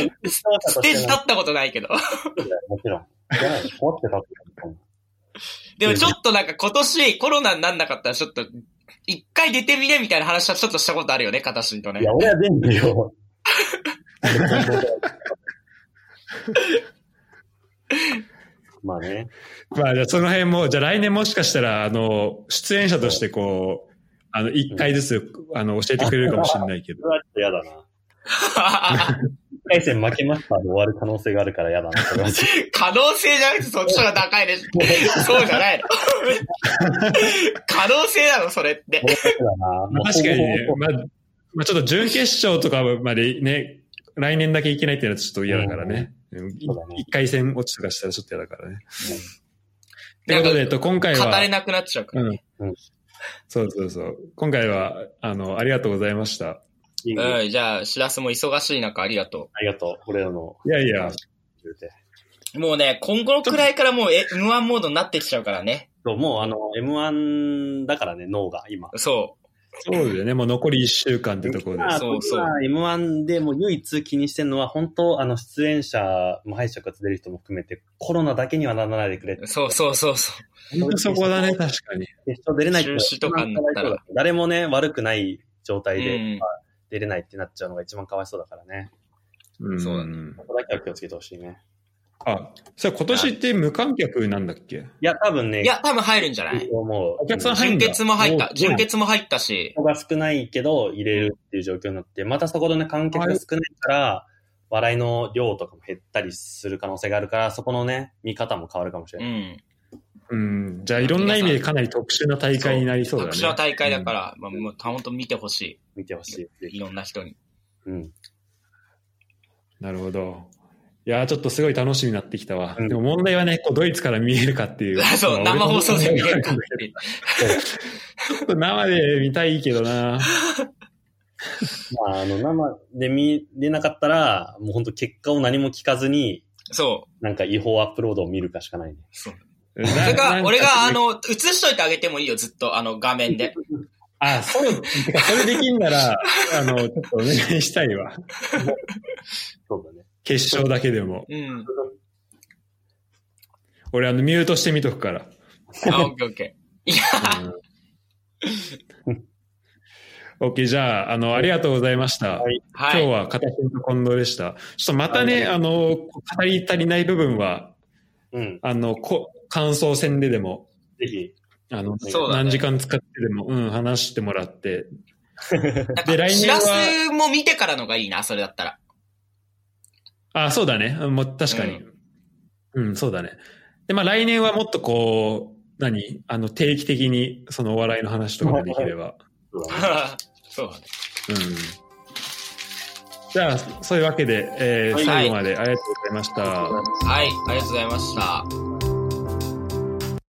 ステージ立ったことないけど。 もちろん。怖って立ってた。 でもちょっとなんか今年コロナになんなかったらちょっと、一回出てみれみたいな話はちょっとしたことあるよね、片新とね。 いや、俺は出んのよ。まあね。 まあじゃあその辺も、じゃあ来年もしかしたら、あの、出演者としてこう、あの、一回ずつ、うん、あの、教えてくれるかもしれないけど。 それはちょっと嫌だな。一回戦負けましたで終わる可能性があるから嫌だな。 可能性じゃなくてそっちが高いでしょ。そうじゃないの。可能性なの、それって。 まあ、確かにね、まあ、まあ、ちょっと準決勝とかまでね、来年だけいけないっていうのはちょっと嫌だからね。うん、一、ね、回戦落ちとかしたらちょっと嫌だからね。と、うん、いうことで、えっと、今回は。 語れなくなっちゃうからね。 うん。 そうそうそう。今回は、あの、ありがとうございました。 いいうん、じゃあ、しらすも忙しい中ありがとう。 ありがとう。俺らの。 いやいや。 もうね、今後くらいからもう エムワン モードになってきちゃうからね。 そう、もうあの、エムワン だからね、脳が今。 そう。 そうだよね。もう残りいっしゅうかんってところで。 そうそう。 エムワン でもう唯一気にしてるのは、本当あの、出演者、敗者が出る人も含めて、コロナだけにはならないでくれって。 そうそうそうそう。 本当そこだね、確かに。 決勝出れないって。 中止とかになったら。 誰もね、悪くない状態で、うんまあ、出れないってなっちゃうのが一番かわいそうだからね。 うん。 そうだね。 ここだけは気をつけてほしいね。 あ、それ今年って無観客なんだっけ？ いや、多分ね。 いや、多分入るんじゃない？ もうお客さん入るんだ。 純潔も入った。純潔も入ったし。 人が少ないけど入れるっていう状況になって、またそこでね、観客が少ないから、笑いの量とかも減ったりする可能性があるから、そこのね、見方も変わるかもしれない。 うん。 うん。じゃあいろんな意味でかなり特殊な大会になりそうだね。 特殊な大会だから、うん、まあ、もう本当見てほしい。 見てほしい。 いろんな人に。 うん。 なるほど。いやーちょっとすごい楽しみになってきたわ。うん、でも問題はね、こうドイツから見えるかっていう。 そう、生放送で見えるかっていう。 ちょっと生で見たいけどな。 まあ、あの、生で見れなかったら、もう本当結果を何も聞かずに、 そう。 なんか違法アップロードを見るかしかないね。 そう。俺が、俺があの、映しといてあげてもいいよ、ずっと、あの、画面で。 あ、そう、てかそれできんなら、あの、ちょっとお願いしたいわ。 そうだね。 決勝だけでも。 うん。 俺、あの、ミュートしてみとくから。 あ、オッケーオッケー。いやー。オッケー、じゃあ、あの、ありがとうございました。はい、今日は片新と近藤でした。ちょっとまたね、はい、あの、語り足りない部分は、うん、あの、こ感想戦ででも、 ぜひ、 あの、 そうだね、 何時間使ってでも、うん、話してもらって。 で、来年は。しらすも見てからのがいいな、それだったら。 あ、そうだね。もう確かに、うん。うん、そうだね。で、まあ来年はもっとこう、何あの、定期的にそのお笑いの話とかができれば。 そうだね。 うん。じゃあ、そういうわけで、えーはい、最後までありがとうございました。 はい、ありがとうございました。